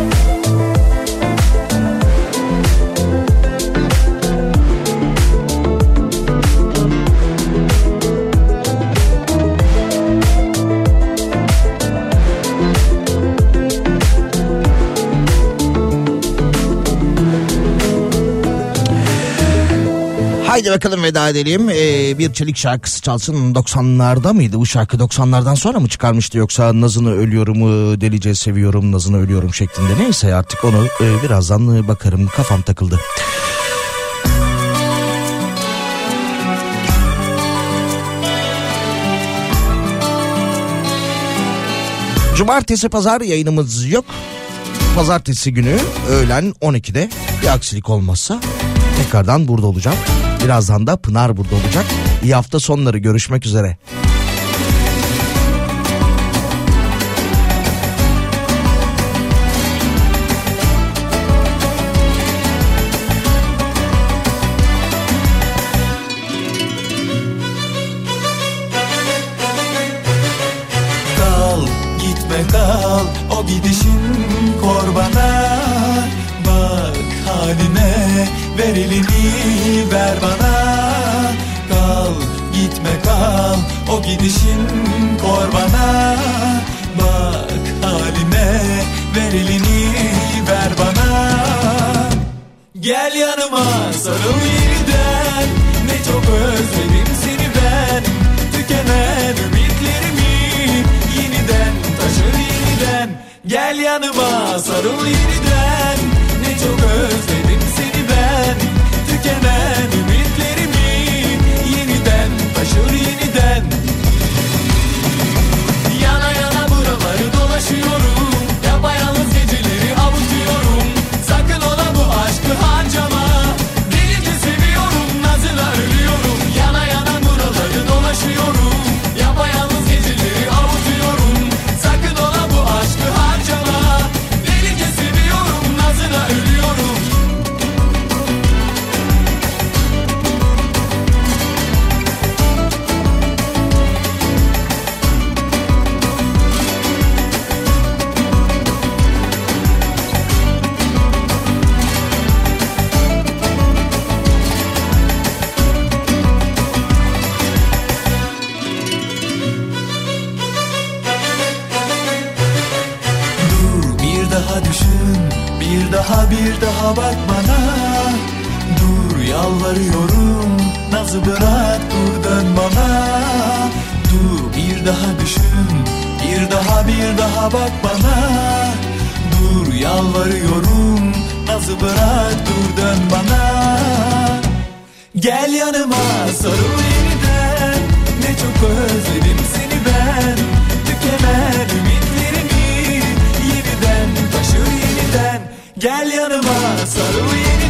Haydi bakalım veda edelim. Ee, bir Çelik şarkısı çalsın. doksanlarda mıydı bu şarkı? doksanlardan sonra mı çıkarmıştı yoksa Nazını ölüyorum, delice seviyorum, Nazını ölüyorum şeklinde. Neyse artık onu e, birazdan bakarım. Kafam takıldı. Cumartesi pazar yayınımız yok. Pazartesi günü öğlen on ikide bir aksilik olmazsa tekrardan burada olacağım. Birazdan da Pınar burada olacak. İyi hafta sonları, görüşmek üzere. Kal, gitme kal, o gidişin kor bana. Bak haline, ver elini ver bana. Kal, gitme kal, o gidişin kor bana. Bak haline, ver elini ver bana. Gel yanıma, sarıl yeniden. Ne çok özledim seni ben. Tükenen ümitlerimi yeniden taşır yeniden. Gel yanıma, sarıl yeniden. Ne çok özledim seni ben. Tükenen ümitlerimi yeniden taşır yeniden. Yana yana buraları dolaşıyorum. Yapayalnız geceleri avutuyorum. Sakın ola bu aşkı harcama. Delice seviyorum, nazıyla ölüyorum. Yana yana buraları dolaşıyorum. Yapayalnız geceleri avutuyorum. Sakın ola bu aşkı harcama. Delice seviyorum, nazıyla ölüyorum. Dur bir daha düşün, bir daha bir daha bak bana. Dur yalvarıyorum, nazı bırak dur dön bana. Dur bir daha düşün, bir daha bir daha bak bana. Dur yalvarıyorum, nazı bırak dur dön bana. Gel yanıma, sarıl yeniden. Ne çok özledim seni ben. Tükenen ümitlerimi yeniden taşır yeniden. Gel yanıma, sarıl yeniden.